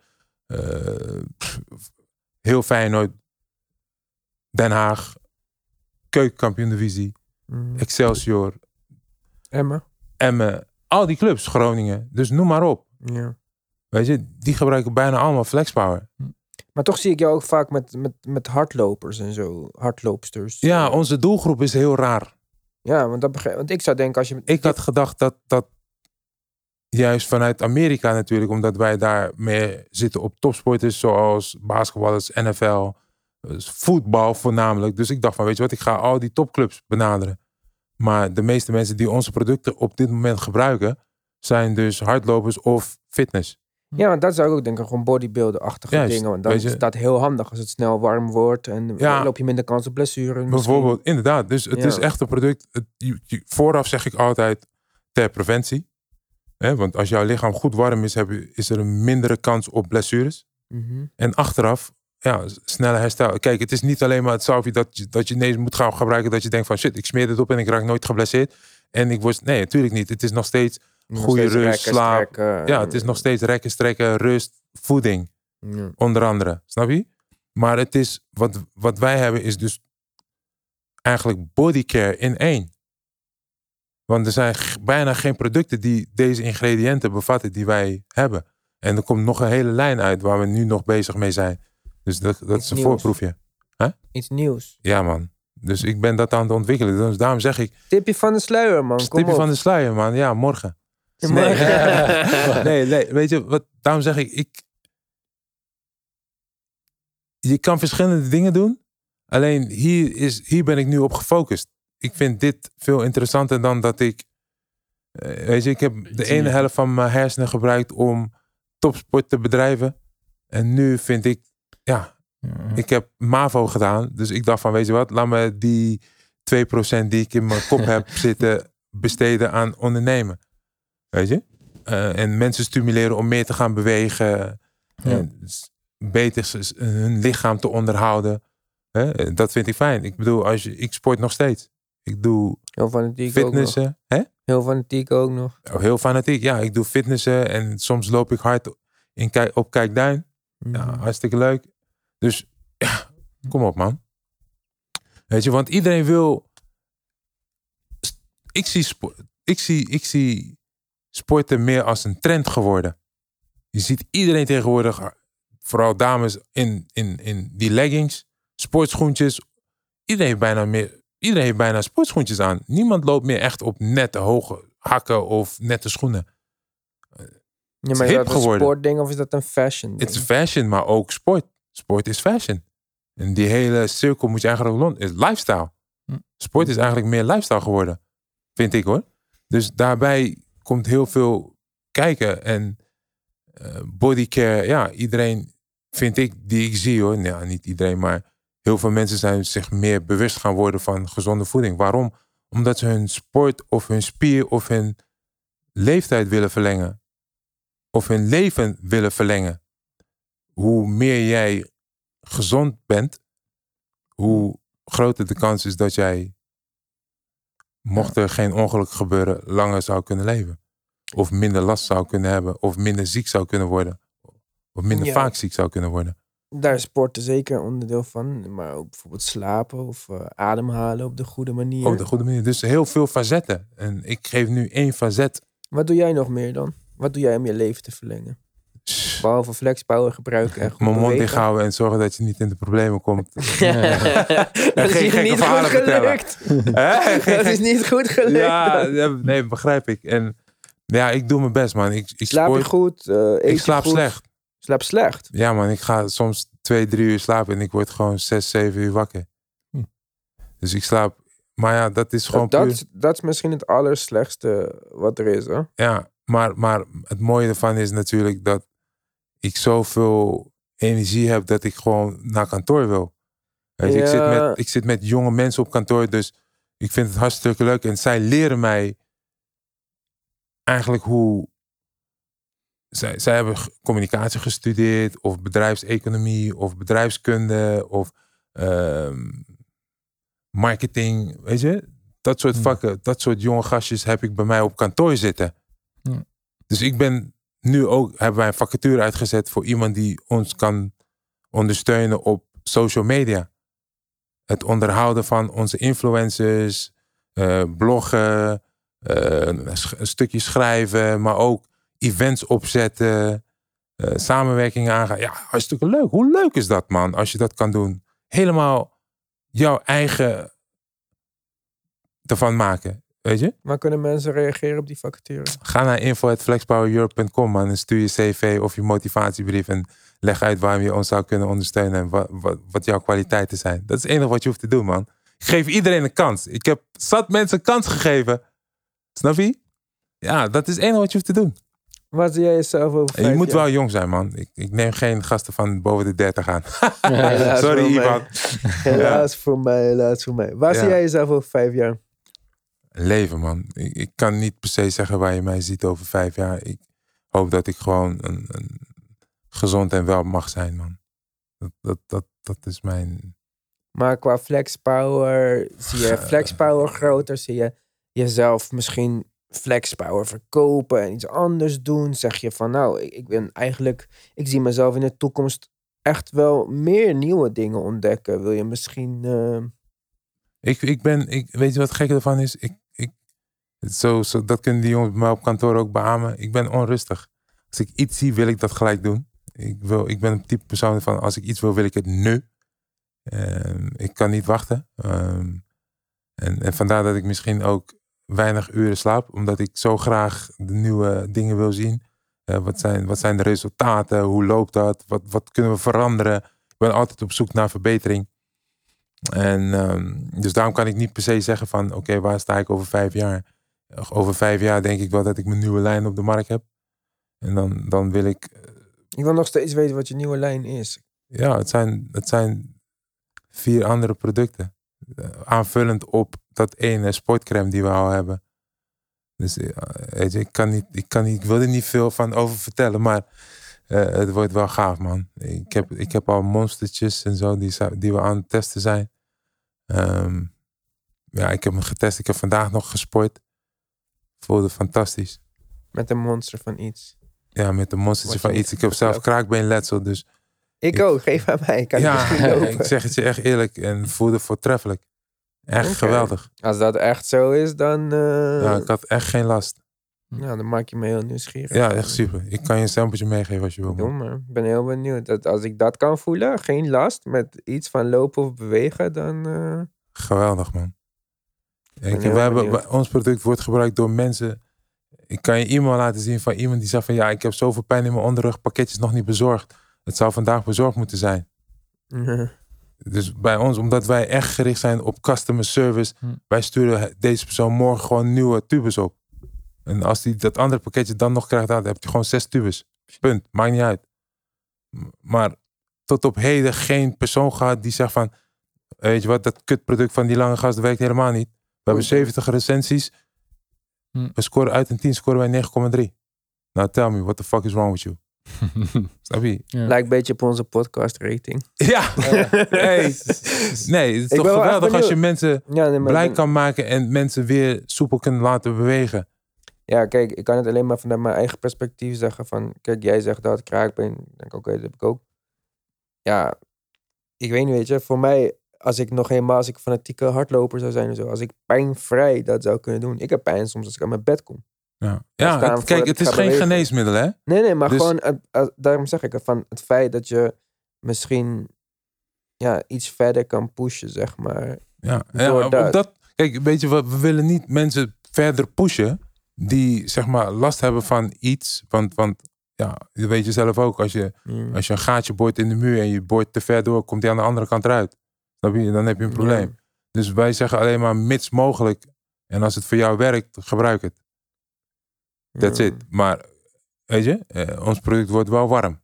uh, pff, heel Feyenoord, Den Haag, Keukenkampioen-divisie, Mm. Excelsior, Emma. Emmen, al die clubs, Groningen. Dus noem maar op. Ja. Weet je, die gebruiken bijna allemaal FlexPower. Maar toch zie ik jou ook vaak met, met, met hardlopers en zo. Hardloopsters. Ja, onze doelgroep is heel raar. Ja, want, dat begrijp, want ik zou denken als je... Ik had gedacht dat, dat juist vanuit Amerika natuurlijk, omdat wij daar meer zitten op topsporters zoals basketballers, N F L, dus voetbal voornamelijk. Dus ik dacht van, weet je wat, ik ga al die topclubs benaderen. Maar de meeste mensen die onze producten op dit moment gebruiken, zijn dus hardlopers of fitness. Ja, want dat zou ik ook denken. Gewoon bodybuilder-achtige Juist, dingen. Want dan weet je- is dat heel handig als het snel warm wordt. En Ja. dan loop je minder kans op blessures. Bijvoorbeeld, inderdaad. Dus het Ja. is echt een product. Het, je- je- vooraf zeg ik altijd ter preventie. Hè, want als jouw lichaam goed warm is, heb je, is er een mindere kans op blessures. Mhm. En achteraf, ja, snelle herstel. Kijk, het is niet alleen maar het salvie dat je, dat je ineens moet gaan gebruiken. Dat je denkt van shit, ik smeer dit op en ik raak nooit geblesseerd. En ik word, nee, natuurlijk niet. Het is nog steeds Nog goede steeds rust, rekken, slaap. strekken. Ja, het is nog steeds rekken, strekken, rust, voeding. Ja. Onder andere, snap je? Maar het is, wat, wat wij hebben is dus eigenlijk bodycare in één. Want er zijn g- bijna geen producten die deze ingrediënten bevatten die wij hebben. En er komt nog een hele lijn uit waar we nu nog bezig mee zijn. Dus dat, dat Iets is een nieuws. voorproefje. Iets nieuws. Ja man. Dus ik ben dat aan het ontwikkelen. Dus daarom zeg ik, Tipje van de sluier, man. Kom stipje op. van de sluier man. Ja, morgen. Ja, Nee. morgen. nee, nee, weet je, wat, daarom zeg ik, ik... Je kan verschillende dingen doen. Alleen hier, is, hier ben ik nu op gefocust. Ik vind dit veel interessanter dan dat ik... eh, weet je, ik heb de ene helft van mijn hersenen gebruikt om topsport te bedrijven. En nu vind ik, ja, Ja. ik heb MAVO gedaan. Dus ik dacht van, weet je wat, laat me die twee procent die ik in mijn kop heb zitten besteden aan ondernemen. Weet je? Uh, en mensen stimuleren om meer te gaan bewegen. Ja. En beter hun lichaam te onderhouden. Hè? Dat vind ik fijn. Ik bedoel, als je, ik sport nog steeds. Ik doe Heel fanatiek ook nog. fitnessen. Hè? Heel fanatiek ook nog. Oh, heel fanatiek. Ja, ik doe fitnessen. En soms loop ik hard in, Kijk- op Kijkduin. Ja, Mhm. hartstikke leuk. Dus ja, kom op man. Weet je, want iedereen wil... Ik zie, spo- ik zie, ik zie sporten meer als een trend geworden. Je ziet iedereen tegenwoordig, vooral dames, in, in, in die leggings, sportschoentjes. Iedereen heeft bijna meer, iedereen heeft bijna sportschoentjes aan. Niemand loopt meer echt op nette hoge hakken of nette schoenen. Ja, maar is hip dat een geworden. sportding of is dat een fashion ding? Het is fashion, maar ook sport. Sport is fashion. En die hele cirkel moet je eigenlijk rond. Is lifestyle. Hm. Sport is eigenlijk meer lifestyle geworden. Vind ik hoor. Dus daarbij komt heel veel kijken. En uh, bodycare. Ja, iedereen vind ik die ik zie hoor. Ja, niet iedereen, maar heel veel mensen zijn zich meer bewust gaan worden van gezonde voeding. Waarom? Omdat ze hun sport of hun spier of hun leeftijd willen verlengen. Of hun leven willen verlengen. Hoe meer jij gezond bent, hoe groter de kans is dat jij, mocht er geen ongeluk gebeuren, langer zou kunnen leven. Of minder last zou kunnen hebben. Of minder ziek zou kunnen worden. Of minder Ja. vaak ziek zou kunnen worden. Daar is sporten zeker een onderdeel van. Maar ook bijvoorbeeld slapen of uh, ademhalen op de goede manier. Op de goede manier. Dus heel veel facetten. En ik geef nu één facet. Wat doe jij nog meer dan? Wat doe jij om je leven te verlengen? Behalve flexpower gebruiken en goed Mijn mond bewegen. dicht houden en zorgen dat je niet in de problemen komt. Dat is geen je gekke niet goed verhalen vertellen. gelukt. Hè? Geen Dat is gek- niet goed gelukt. Ja, ja, nee, begrijp ik. En ja, ik doe mijn best, man. Ik, ik Slaap je sport. goed? Uh, eet Ik je slaap goed? slecht. Slaap slecht? Ja, man. Ik ga soms twee, drie uur slapen en ik word gewoon zes, zeven uur wakker. Hm. Dus ik slaap. Maar ja, dat is gewoon Dat, puur. dat, is- dat is misschien het allerslechtste wat er is, hè? Ja, maar, maar het mooie ervan is natuurlijk dat ik zoveel energie heb dat ik gewoon naar kantoor wil. Weet je, ik, zit Ja. met, ik zit met jonge mensen op kantoor, dus ik vind het hartstikke leuk. En zij leren mij eigenlijk hoe... Zij, zij hebben g- communicatie gestudeerd, of bedrijfseconomie, of bedrijfskunde, of ehm, marketing, weet je? Dat soort Hmm. vakken, dat soort jonge gastjes heb ik bij mij op kantoor zitten. Ja. Dus ik ben nu ook, hebben wij een vacature uitgezet voor iemand die ons kan ondersteunen op social media. Het onderhouden van onze influencers, eh, bloggen, eh, een sch- een stukje schrijven, maar ook events opzetten, eh, samenwerkingen aangaan. Ja, hartstikke leuk. Hoe leuk is dat, man, als je dat kan doen? Helemaal jouw eigen ervan maken, weet je? Maar kunnen mensen reageren op die vacature? Ga naar info at flexpower europe punt com, man, en stuur je cv of je motivatiebrief en leg uit waarom je ons zou kunnen ondersteunen en wat, wat, wat jouw kwaliteiten zijn. Dat is het enige wat je hoeft te doen, man. Ik geef iedereen een kans. Ik heb zat mensen een kans gegeven. Snap je? Ja, dat is het enige wat je hoeft te doen. Wat zie jij jezelf over En je vijf moet jaar? wel jong zijn, man. Ik, ik neem geen gasten van boven de dertig aan. Helaas Sorry, voor mij. Ivan. Helaas voor mij, helaas voor mij. Waar Ja. zie jij jezelf over vijf jaar? Leven, man. Ik, ik kan niet per se zeggen waar je mij ziet over vijf jaar. Ik hoop dat ik gewoon een, een gezond en wel mag zijn, man. Dat, dat, dat, dat is mijn... Maar qua flexpower, zie je flexpower groter? Zie je jezelf misschien flexpower verkopen en iets anders doen? Zeg je van nou, ik, ik ben eigenlijk, ik zie mezelf in de toekomst echt wel meer nieuwe dingen ontdekken. Wil je misschien... Uh... Ik, ik ben, ik, weet je wat het gekke ervan is? Ik, ik, zo, zo, dat kunnen die jongens bij mij op kantoor ook beamen. Ik ben onrustig. Als ik iets zie, wil ik dat gelijk doen. Ik, wil, ik ben een type persoon van, als ik iets wil, wil ik het nu. Um, ik kan niet wachten. Um, en, en vandaar dat ik misschien ook weinig uren slaap. Omdat ik zo graag de nieuwe dingen wil zien. Uh, wat, zijn, wat zijn de resultaten? Hoe loopt dat? Wat, wat kunnen we veranderen? Ik ben altijd op zoek naar verbetering. En um, dus daarom kan ik niet per se zeggen van... Oké, okay, waar sta ik over vijf jaar? Over vijf jaar denk ik wel dat ik mijn nieuwe lijn op de markt heb. En dan, dan wil ik... Ik wil nog steeds weten wat je nieuwe lijn is. Ja, het zijn, het zijn vier andere producten. Uh, aanvullend op dat ene sportcrème die we al hebben. Dus uh, weet je, ik kan niet, ik kan niet, ik wil er niet veel van over vertellen, maar uh, het wordt wel gaaf, man. Ik heb, ik heb al monstertjes en zo die, die we aan het testen zijn. Um, ja, ik heb hem getest. Ik heb vandaag nog gesport. Voelde fantastisch. Met een monster van iets. Ja, met een monstertje van iets. Ik heb zelf kraakbeenletsel, dus... Ik, ik ook, geef aan mij. Kan ja, ik, lopen. ik zeg het je echt eerlijk. En voelde voortreffelijk. Echt okay. geweldig. Als dat echt zo is, dan... Uh... Ja, ik had echt geen last. Ja, dan maak je me heel nieuwsgierig. Ja, echt super. Ik kan je een sampletje meegeven als je wil. Doe maar. Ik ben heel benieuwd. Dat als ik dat kan voelen, geen last, met iets van lopen of bewegen, dan... Uh... Geweldig, man. Ik, we hebben, ons product wordt gebruikt door mensen... Ik kan je e-mail laten zien van iemand die zegt van... Ja, ik heb zoveel pijn in mijn onderrug, pakketjes nog niet bezorgd. Het zou vandaag bezorgd moeten zijn. Uh-huh. Dus bij ons, omdat wij echt gericht zijn op customer service... Hm. Wij sturen deze persoon morgen gewoon nieuwe tubes op. En als hij dat andere pakketje dan nog krijgt... Dan heb je gewoon zes tubes. Punt. Maakt niet uit. Maar tot op heden geen persoon gehad die zegt van... Weet je wat, dat kutproduct van die lange gast werkt helemaal niet. We hebben zeventig recensies... Hm. We scoren uit een tien, scoren wij negen komma drie. Nou, tell me, what the fuck is wrong with you? Snap je? Ja. Lijkt een beetje op onze podcast rating. Ja, nee. Nee, het is ik toch geweldig als je mensen ja, nee, blij ben... kan maken en mensen weer soepel kunnen laten bewegen. Ja, kijk, ik kan het alleen maar vanuit mijn eigen perspectief zeggen van, kijk, jij zegt dat, kraakbeen. Ik denk, oké, okay, dat heb ik ook. Ja, ik weet niet, weet je, voor mij... Als ik nog helemaal, als ik fanatieke hardloper zou zijn en zo. Als ik pijnvrij dat zou kunnen doen. Ik heb pijn soms als ik aan mijn bed kom. Ja, ja het, kijk, het is geen bewegen. geneesmiddel, hè? Nee, nee, maar dus... gewoon, uh, uh, daarom zeg ik van het feit dat je misschien ja, iets verder kan pushen, zeg maar. Ja, ja dat. dat. Kijk, weet je wat, we willen niet mensen verder pushen die, zeg maar, last hebben van iets. Want, want ja, dat weet je zelf ook. Als je, mm. als je een gaatje boort in de muur en je boort te ver door, komt die aan de andere kant eruit. Dan heb je een probleem. Ja. Dus wij zeggen alleen maar mits mogelijk. En als het voor jou werkt, gebruik het. That's ja. it. Maar, weet je, eh, ons product wordt wel warm.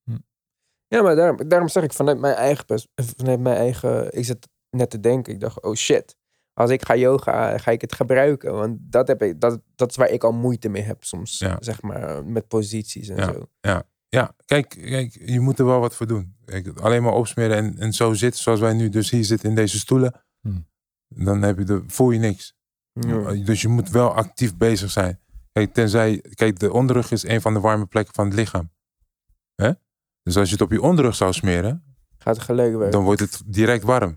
Ja, maar daarom, daarom zeg ik vanuit mijn eigen, vanuit mijn eigen... Ik zit net te denken, ik dacht, oh shit. Als ik ga yoga, ga ik het gebruiken. Want dat, heb ik, dat, dat is waar ik al moeite mee heb soms. Ja. Zeg maar, met posities en ja. zo. Ja. Ja, kijk, kijk, je moet er wel wat voor doen. Kijk, alleen maar opsmeren en, en zo zitten zoals wij nu dus hier zitten in deze stoelen. Hmm. Dan heb je de, voel je niks. Hmm. Dus je moet wel actief bezig zijn. Kijk, tenzij, kijk, de onderrug is een van de warme plekken van het lichaam. Hè? Dus als je het op je onderrug zou smeren, gaat het gelijk werken. Dan wordt het direct warm.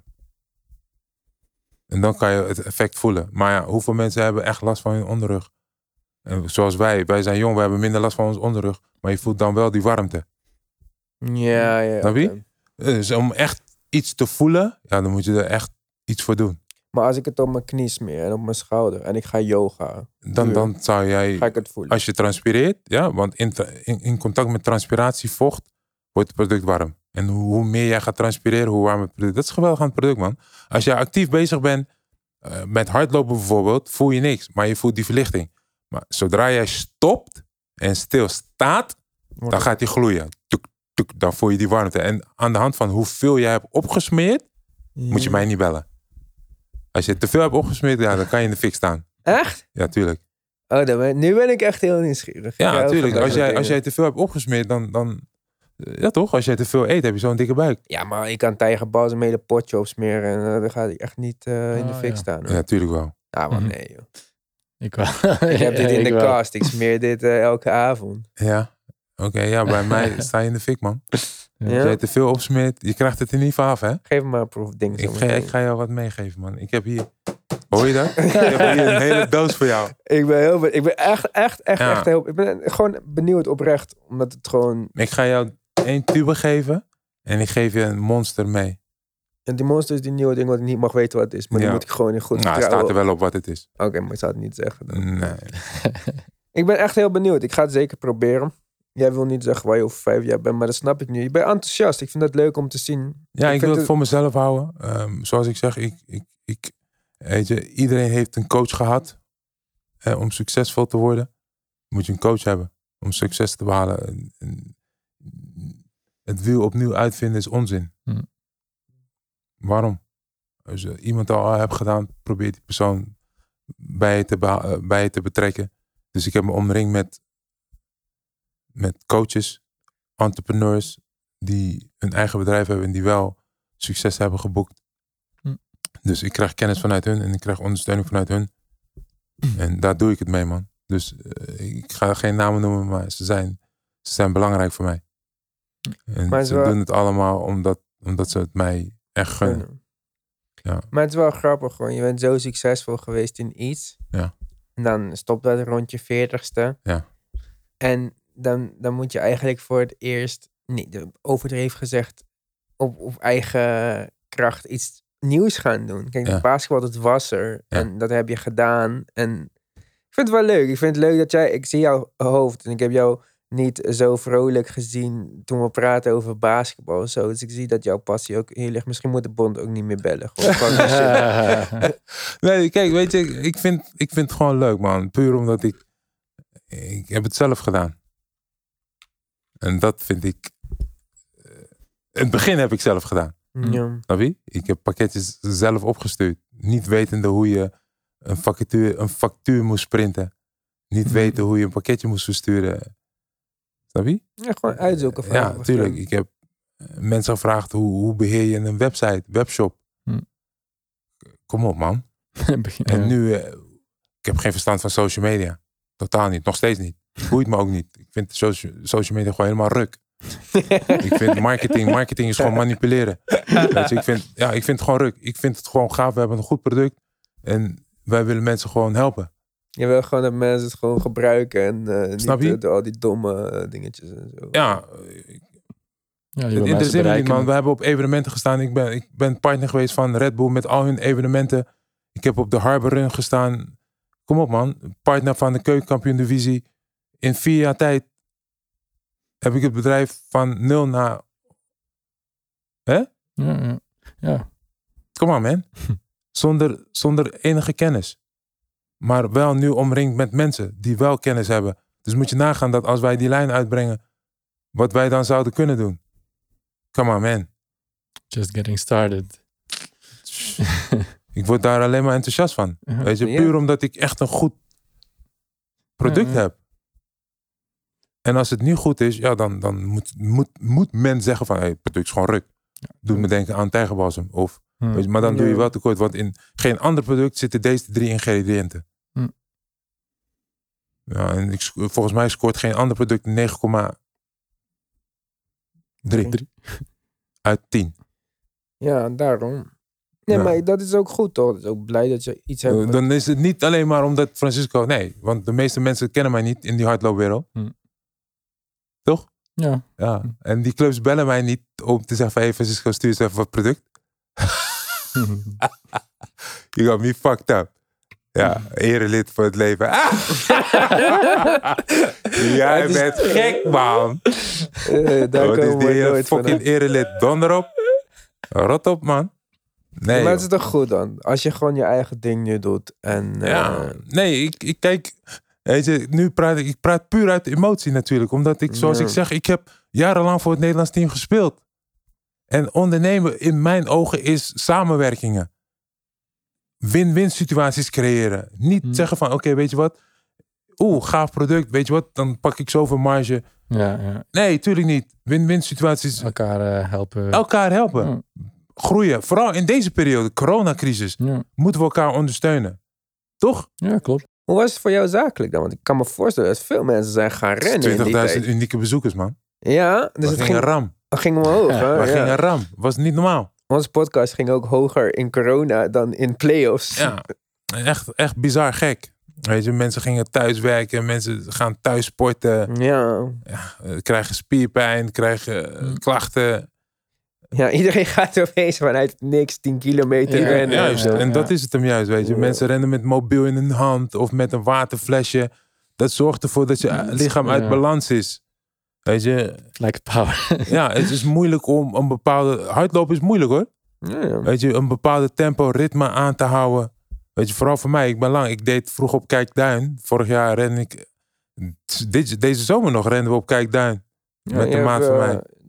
En dan kan je het effect voelen. Maar ja, hoeveel mensen hebben echt last van hun onderrug? En zoals wij, wij zijn jong, we hebben minder last van ons onderrug. Maar je voelt dan wel die warmte. Ja, ja. Snap je? Okay. Dus om echt iets te voelen, ja, dan moet je er echt iets voor doen. Maar als ik het op mijn knie smeer en op mijn schouder en ik ga yoga. Dan, dan zou jij, ga ik het voelen. Als je transpireert, ja, want in, in, in contact met transpiratie, vocht, wordt het product warm. En hoe, hoe meer jij gaat transpireren, hoe warmer het product. Dat is geweldig aan het product, man. Als jij actief bezig bent, uh, met hardlopen bijvoorbeeld, voel je niks. Maar je voelt die verlichting. Maar zodra jij stopt en stilstaat, dan gaat die gloeien. Tuk, tuk, dan voel je die warmte. En aan de hand van hoeveel jij hebt opgesmeerd, ja. moet je mij niet bellen. Als je te veel hebt opgesmeerd, ja, dan kan je in de fik staan. Echt? Ja, tuurlijk. Oh, dan ben, nu ben ik echt heel nieuwsgierig. Ja, natuurlijk. Als jij, als jij te veel hebt opgesmeerd, dan, dan... Ja, toch? Als jij te veel eet, heb je zo'n dikke buik. Ja, maar ik kan tijgerbas een hele potje opsmeren en uh, dan gaat hij echt niet uh, in oh, de fik ja. staan. Hoor. Ja, tuurlijk wel. Ja, maar nee, joh. Ik, wel. ik heb dit in de kast. Ik smeer dit uh, elke avond. Ja, oké. Okay, ja, bij mij sta je in de fik, man. Ja. Als jij te veel opsmeert, je krijgt het er niet van af, hè? Geef me maar een proefding. Ik, ga, ik ga jou wat meegeven, man. Ik heb hier... Hoor je dat? Ik heb hier een hele doos voor jou. Ik ben heel... Ik ben echt, echt, echt, ja. echt heel... Ik ben gewoon benieuwd oprecht. Omdat het gewoon... Ik ga jou één tube geven. En ik geef je een monster mee. En die monster is die nieuwe ding wat ik niet mag weten wat het is. Maar ja. die moet ik gewoon in goed nou, vertrouwen. Nou, staat er wel op wat het is. Oké, okay, maar ik zou het niet zeggen. Dan. Nee. Ik ben echt heel benieuwd. Ik ga het zeker proberen. Jij wil niet zeggen waar je over vijf jaar bent, maar dat snap ik nu. Je bent enthousiast. Ik vind dat leuk om te zien. Ja, ik, ik wil het, het voor mezelf houden. Um, zoals ik zeg, ik, ik, ik, weet je, iedereen heeft een coach gehad. Eh, om succesvol te worden, moet je een coach hebben. Om succes te behalen. En, en het wiel opnieuw uitvinden is onzin. Hm. Waarom? Als je iemand al hebt gedaan, probeer die persoon bij je te, beha- bij je te betrekken. Dus ik heb me omringd met, met coaches, entrepreneurs, die een eigen bedrijf hebben en die wel succes hebben geboekt. Hm. Dus ik krijg kennis vanuit hun en ik krijg ondersteuning vanuit hun. En daar doe ik het mee, man. Dus uh, ik ga geen namen noemen, maar ze zijn, ze zijn belangrijk voor mij. En Maar ze wel... doen het allemaal omdat, omdat ze het mij echt gunnen. Ja. Maar het is wel grappig gewoon. Je bent zo succesvol geweest in iets. Ja. En dan stopt dat rond je veertigste. Ja. En dan, dan moet je eigenlijk voor het eerst, niet overdreven gezegd, op, op eigen kracht iets nieuws gaan doen. Kijk, Ja. de basketbal, dat was er. Ja. En dat heb je gedaan. En ik vind het wel leuk. Ik vind het leuk dat jij, ik zie jouw hoofd en ik heb jou niet zo vrolijk gezien toen we praten over basketbal of zo. Dus ik zie dat jouw passie ook heel erg... Misschien moet de bond ook niet meer bellen. Gewoon, fuck shit. Nee, kijk, weet je, ik vind, ik vind het gewoon leuk, man. Puur omdat ik... Ik heb het zelf gedaan. En dat vind ik... In het begin heb ik zelf gedaan. Ja. Snap je? Ik heb pakketjes zelf opgestuurd. Niet wetende hoe je een factuur, een factuur moest printen. Niet weten hoe je een pakketje moest versturen. Snap je? Ja, gewoon uitzoeken. Van Ja, tuurlijk. Ik heb mensen gevraagd, hoe, hoe beheer je een website, webshop? Hm. Kom op, man. Begin- En ja. nu, uh, ik heb geen verstand van social media. Totaal niet. Nog steeds niet. Boeit me ook niet. Ik vind social, social media gewoon helemaal ruk. Ik vind marketing, marketing is gewoon manipuleren. Weet je, ik vind, ja, ik vind het gewoon ruk. Ik vind het gewoon gaaf. We hebben een goed product. En wij willen mensen gewoon helpen. Je wil gewoon dat mensen het gewoon gebruiken en uh, Snap niet je? uh, door al die domme uh, dingetjes en zo. Ja, Ja, het je wil mensen interesseert me niet, bereiken, man. We hebben op evenementen gestaan. Ik ben, ik ben partner geweest van Red Bull met al hun evenementen. Ik heb op de Harbor Run gestaan. Kom op, man. Partner van de Keukenkampioen Divisie. In vier jaar tijd heb ik het bedrijf van nul naar... Hè? Ja, ja. ja. Kom on, man. Zonder, zonder enige kennis. Maar wel nu omringd met mensen die wel kennis hebben. Dus moet je nagaan dat als wij die lijn uitbrengen, wat wij dan zouden kunnen doen. Come on, man. Just getting started. Ik word daar alleen maar enthousiast van. Ja. Weet je, Ja. puur omdat ik echt een goed product Ja, ja. heb. En als het niet goed is, ja, dan, dan moet, moet, moet men zeggen van, hey, het product is gewoon ruk. Doet me denken aan tijgerbalsem. Of, Hm. weet je, maar dan doe je Ja. wel tekort, want in geen ander product zitten deze drie ingrediënten. Hm. Ja, en ik, sco- volgens mij scoort geen ander product negen komma drie Drie. uit tien. Ja, daarom. Nee, Ja. maar dat is ook goed, toch? Het is ook blij dat je iets hebt. Uh, Dan is het niet alleen maar omdat Francisco... Nee, want de meeste mensen kennen mij niet in die hardloopwereld. Hm. Toch? Ja. Ja. En die clubs bellen mij niet om te zeggen van... Hey Francisco, stuur eens even wat product. You got me fucked up. Ja, erelid voor het leven. Ah! Jij Het is- bent gek, man. Eh, daar Wat is komen die we hele nooit fucking van. erelid? Donder op. Rot op, man. Nee, Maar het joh. is toch goed dan? Als je gewoon je eigen ding nu doet. En, eh, Ja, nee, ik, ik kijk, weet je, nu praat ik, ik praat puur uit de emotie natuurlijk. Omdat ik, zoals Ja. ik zeg, ik heb jarenlang voor het Nederlands team gespeeld. En ondernemen in mijn ogen is samenwerkingen. Win-win situaties creëren. Niet Hmm. zeggen van, oké, weet je wat? Oeh, gaaf product, weet je wat? Dan pak ik zoveel marge. Ja, ja. Nee, tuurlijk niet. Win-win situaties. Elkaar eh, helpen. Elkaar helpen. Ja. Groeien. Vooral in deze periode, coronacrisis, Ja. moeten we elkaar ondersteunen. Toch? ja, klopt. Hoe was het voor jou zakelijk dan? Want ik kan me voorstellen dat veel mensen zijn gaan rennen in die twintigduizend tijd. unieke bezoekers, man. Ja, dus We het gingen ging, ram. het ging omhoog. Ja, hè? We Ja. gingen ram. Was niet normaal. Onze podcast ging ook hoger in corona dan in playoffs. Ja, echt, echt bizar gek. Weet je, mensen gingen thuis werken. Mensen gaan thuis sporten. Ja. eh, Krijgen spierpijn. Krijgen eh, klachten. Ja, iedereen gaat opeens vanuit niks tien kilometer Ja, rennen. Juist. ja, En ja. dat is het hem juist, weet je. Ja. Mensen rennen met mobiel in hun hand. Of met een waterflesje. Dat zorgt ervoor dat je Ja, lichaam uit ja. balans is. Weet je. Like power. Ja, het is moeilijk om een bepaalde... Hardlopen is moeilijk, hoor. Ja, ja. Weet je, een bepaalde tempo, ritme aan te houden. Weet je, vooral voor mij, ik ben lang. Ik deed vroeg op Kijkduin. Vorig jaar ren ik... Dit, deze zomer nog renden we op Kijkduin. Ja, met je de hebt, maat van eh, mij.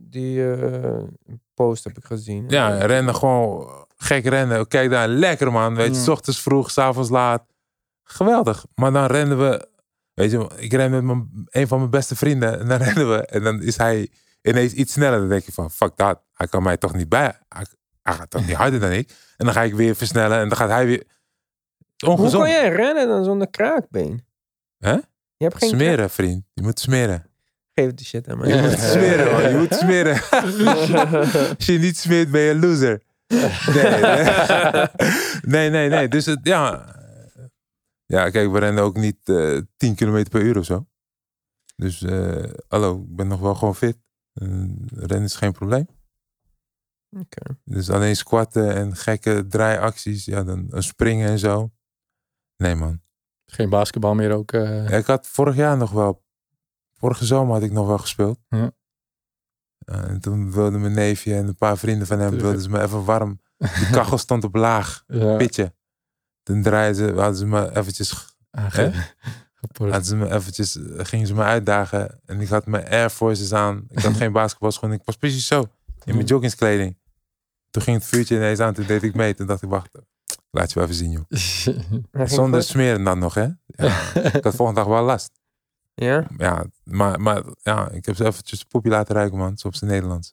die uh, post heb ik gezien. Ja, rennen gewoon gek rennen. Kijk daar, lekker man. Weet je, Ja. 's ochtends vroeg, 's avonds laat. Geweldig. Maar dan rennen we. Weet je, ik ren met mijn, een van mijn beste vrienden. En dan rennen we. En dan is hij ineens iets sneller. Dan denk je van, fuck dat. Hij kan mij toch niet bij. Hij, hij gaat toch niet harder dan ik. En dan ga ik weer versnellen. En dan gaat hij weer. Ongezond. Hoe kan jij rennen dan zonder kraakbeen? Hè? Je hebt geen Smeren, vriend. Je moet smeren. kraak- Geef die shit aan mij. Je moet smeren, man. Je moet smeren. Als je niet smeert, ben je een loser. Nee, nee. nee, nee, nee. Dus het, ja. Ja, kijk, we rennen ook niet uh, tien kilometer per uur of zo. Dus, uh, hallo, ik ben nog wel gewoon fit. Uh, rennen is geen probleem. Oké. Dus alleen squatten en gekke draaiacties. Ja, dan een springen en zo. Nee, man. Geen basketbal meer ook. Uh... Ja, ik had vorig jaar nog wel. Vorige zomer had ik nog wel gespeeld. Ja. Uh, en toen wilden mijn neefje en een paar vrienden van hem wilden ze me even warm. Die kachel stond op laag. Ja. Pitje. Toen draaiden ze, hadden ze me eventjes, Ah, hè? Geport. hadden ze me eventjes, gingen ze me uitdagen. En ik had mijn Air Forces aan. Ik had geen basketbalschoenen. Ik was precies zo. In mijn joggingskleding. Toen ging het vuurtje ineens aan. Toen deed ik mee. Toen dacht ik, wacht. Laat je wel even zien, joh. Hij ging Zonder goed. smeren dan nog, hè. Ja, ik had volgende dag wel last. Ja? Ja, maar, maar ja, ik heb ze eventjes poepje laten ruiken, man. Zo op zijn Nederlands.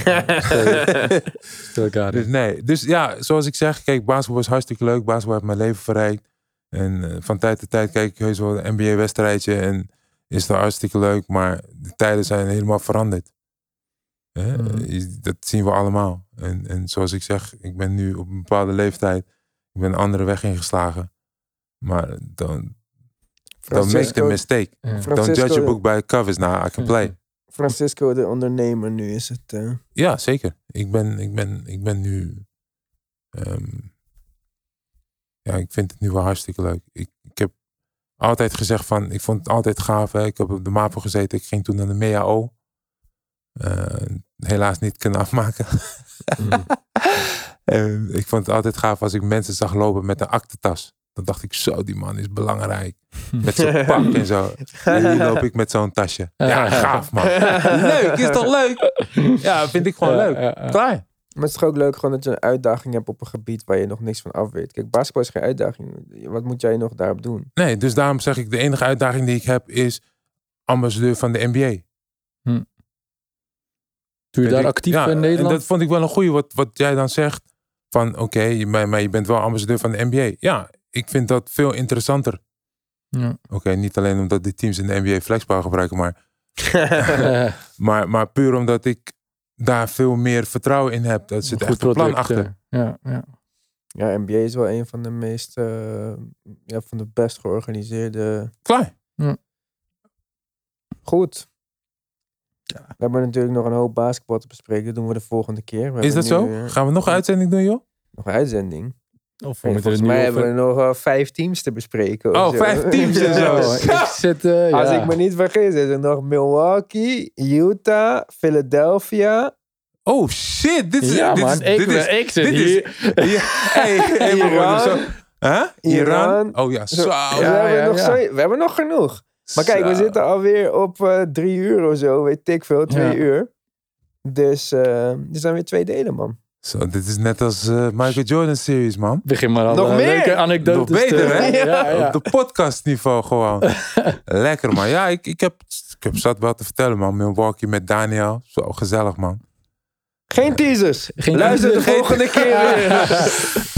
Stel elkaar. Dus nee, dus ja, zoals ik zeg, kijk, basketbal is hartstikke leuk. Basketbal heeft mijn leven verrijkt. En uh, van tijd tot tijd kijk ik heus wel een N B A-wedstrijdje en is dat hartstikke leuk. Maar de tijden zijn helemaal veranderd. Hè? Mhm. Uh, dat zien we allemaal. En, en zoals ik zeg, ik ben nu op een bepaalde leeftijd. Ik ben een andere weg ingeslagen. Maar dan don't make the Francisco, mistake. Ja. Don't Francisco, judge a book by its covers. Now I can play. Francisco de ondernemer nu is het. Uh, Ja, zeker. Ik ben, ik ben, ik ben nu... Um, ja, ik vind het nu wel hartstikke leuk. Ik, ik heb altijd gezegd van... Ik vond het altijd gaaf. Hè. Ik heb op de MAPO gezeten. Ik ging toen naar de M E A O. Uh, helaas niet kunnen afmaken. Mm. En ik vond het altijd gaaf als ik mensen zag lopen met een aktentas. Dan dacht ik, zo, die man is belangrijk. Met zo'n pak en zo. En nu loop ik met zo'n tasje. Ja, gaaf man. Leuk, is toch leuk? Ja, vind ik gewoon Ja, leuk. ja, ja. Klaar. Maar het is toch ook leuk gewoon dat je een uitdaging hebt op een gebied waar je nog niks van af weet. Kijk, basketbal is geen uitdaging. Wat moet jij nog daarop doen? Nee, dus daarom zeg ik, de enige uitdaging die ik heb is ambassadeur van de N B A. Doe je daar Ik- actief ja, in Nederland? En dat vond ik wel een goeie, wat, wat jij dan zegt. Van oké, okay, maar, maar je bent wel ambassadeur van de N B A. Ja, ik vind dat veel interessanter. Ja. Oké, okay, niet alleen omdat die teams in de N B A flexbal gebruiken, maar, maar, maar puur omdat ik daar veel meer vertrouwen in heb. Dat zit Goed echt een plan product, achter. Ja, ja. Ja, N B A is wel een van de meest, uh, ja, van de best georganiseerde. Klaar. Goed. Ja. We hebben natuurlijk nog een hoop basketbal te bespreken. Dat doen we de volgende keer. We Is dat zo? nu, uh, Gaan we nog een uitzending doen, joh? nog een uitzending. Of Nee, we volgens mij hebben we nog uh, vijf teams te bespreken. of Oh, zo. vijf teams en zo. Ja, ik zit, uh, Als ja. ik me niet vergis, is er nog Milwaukee, Utah, Philadelphia. Oh shit, dit is... Ja, dit man. is, Ik, dit is, ik zit dit is- hier. Ja, hey, hey, maar Iran. worden zo- Huh? Iran? Iran. Oh ja, zo. Zo, Ja, we, hebben ja, nog ja. zo, we hebben nog genoeg. Maar kijk, we Zo. zitten alweer op uh, drie uur of zo. Weet ik veel, twee Ja. uur. Dus uh, er zijn weer twee delen, man. Zo, dit is net als uh, Michael Jordan series, man. Begin maar al Nog uh, meer? leuke anekdotes. Nog beter, te- hè? Ja, ja. Op de podcastniveau gewoon. Lekker, man. Ja, ik, ik, heb, ik heb zat wel te vertellen, man. Milwaukee met Daniel. Zo gezellig, man. Geen teasers. Geen Luister de teasers. volgende keer weer.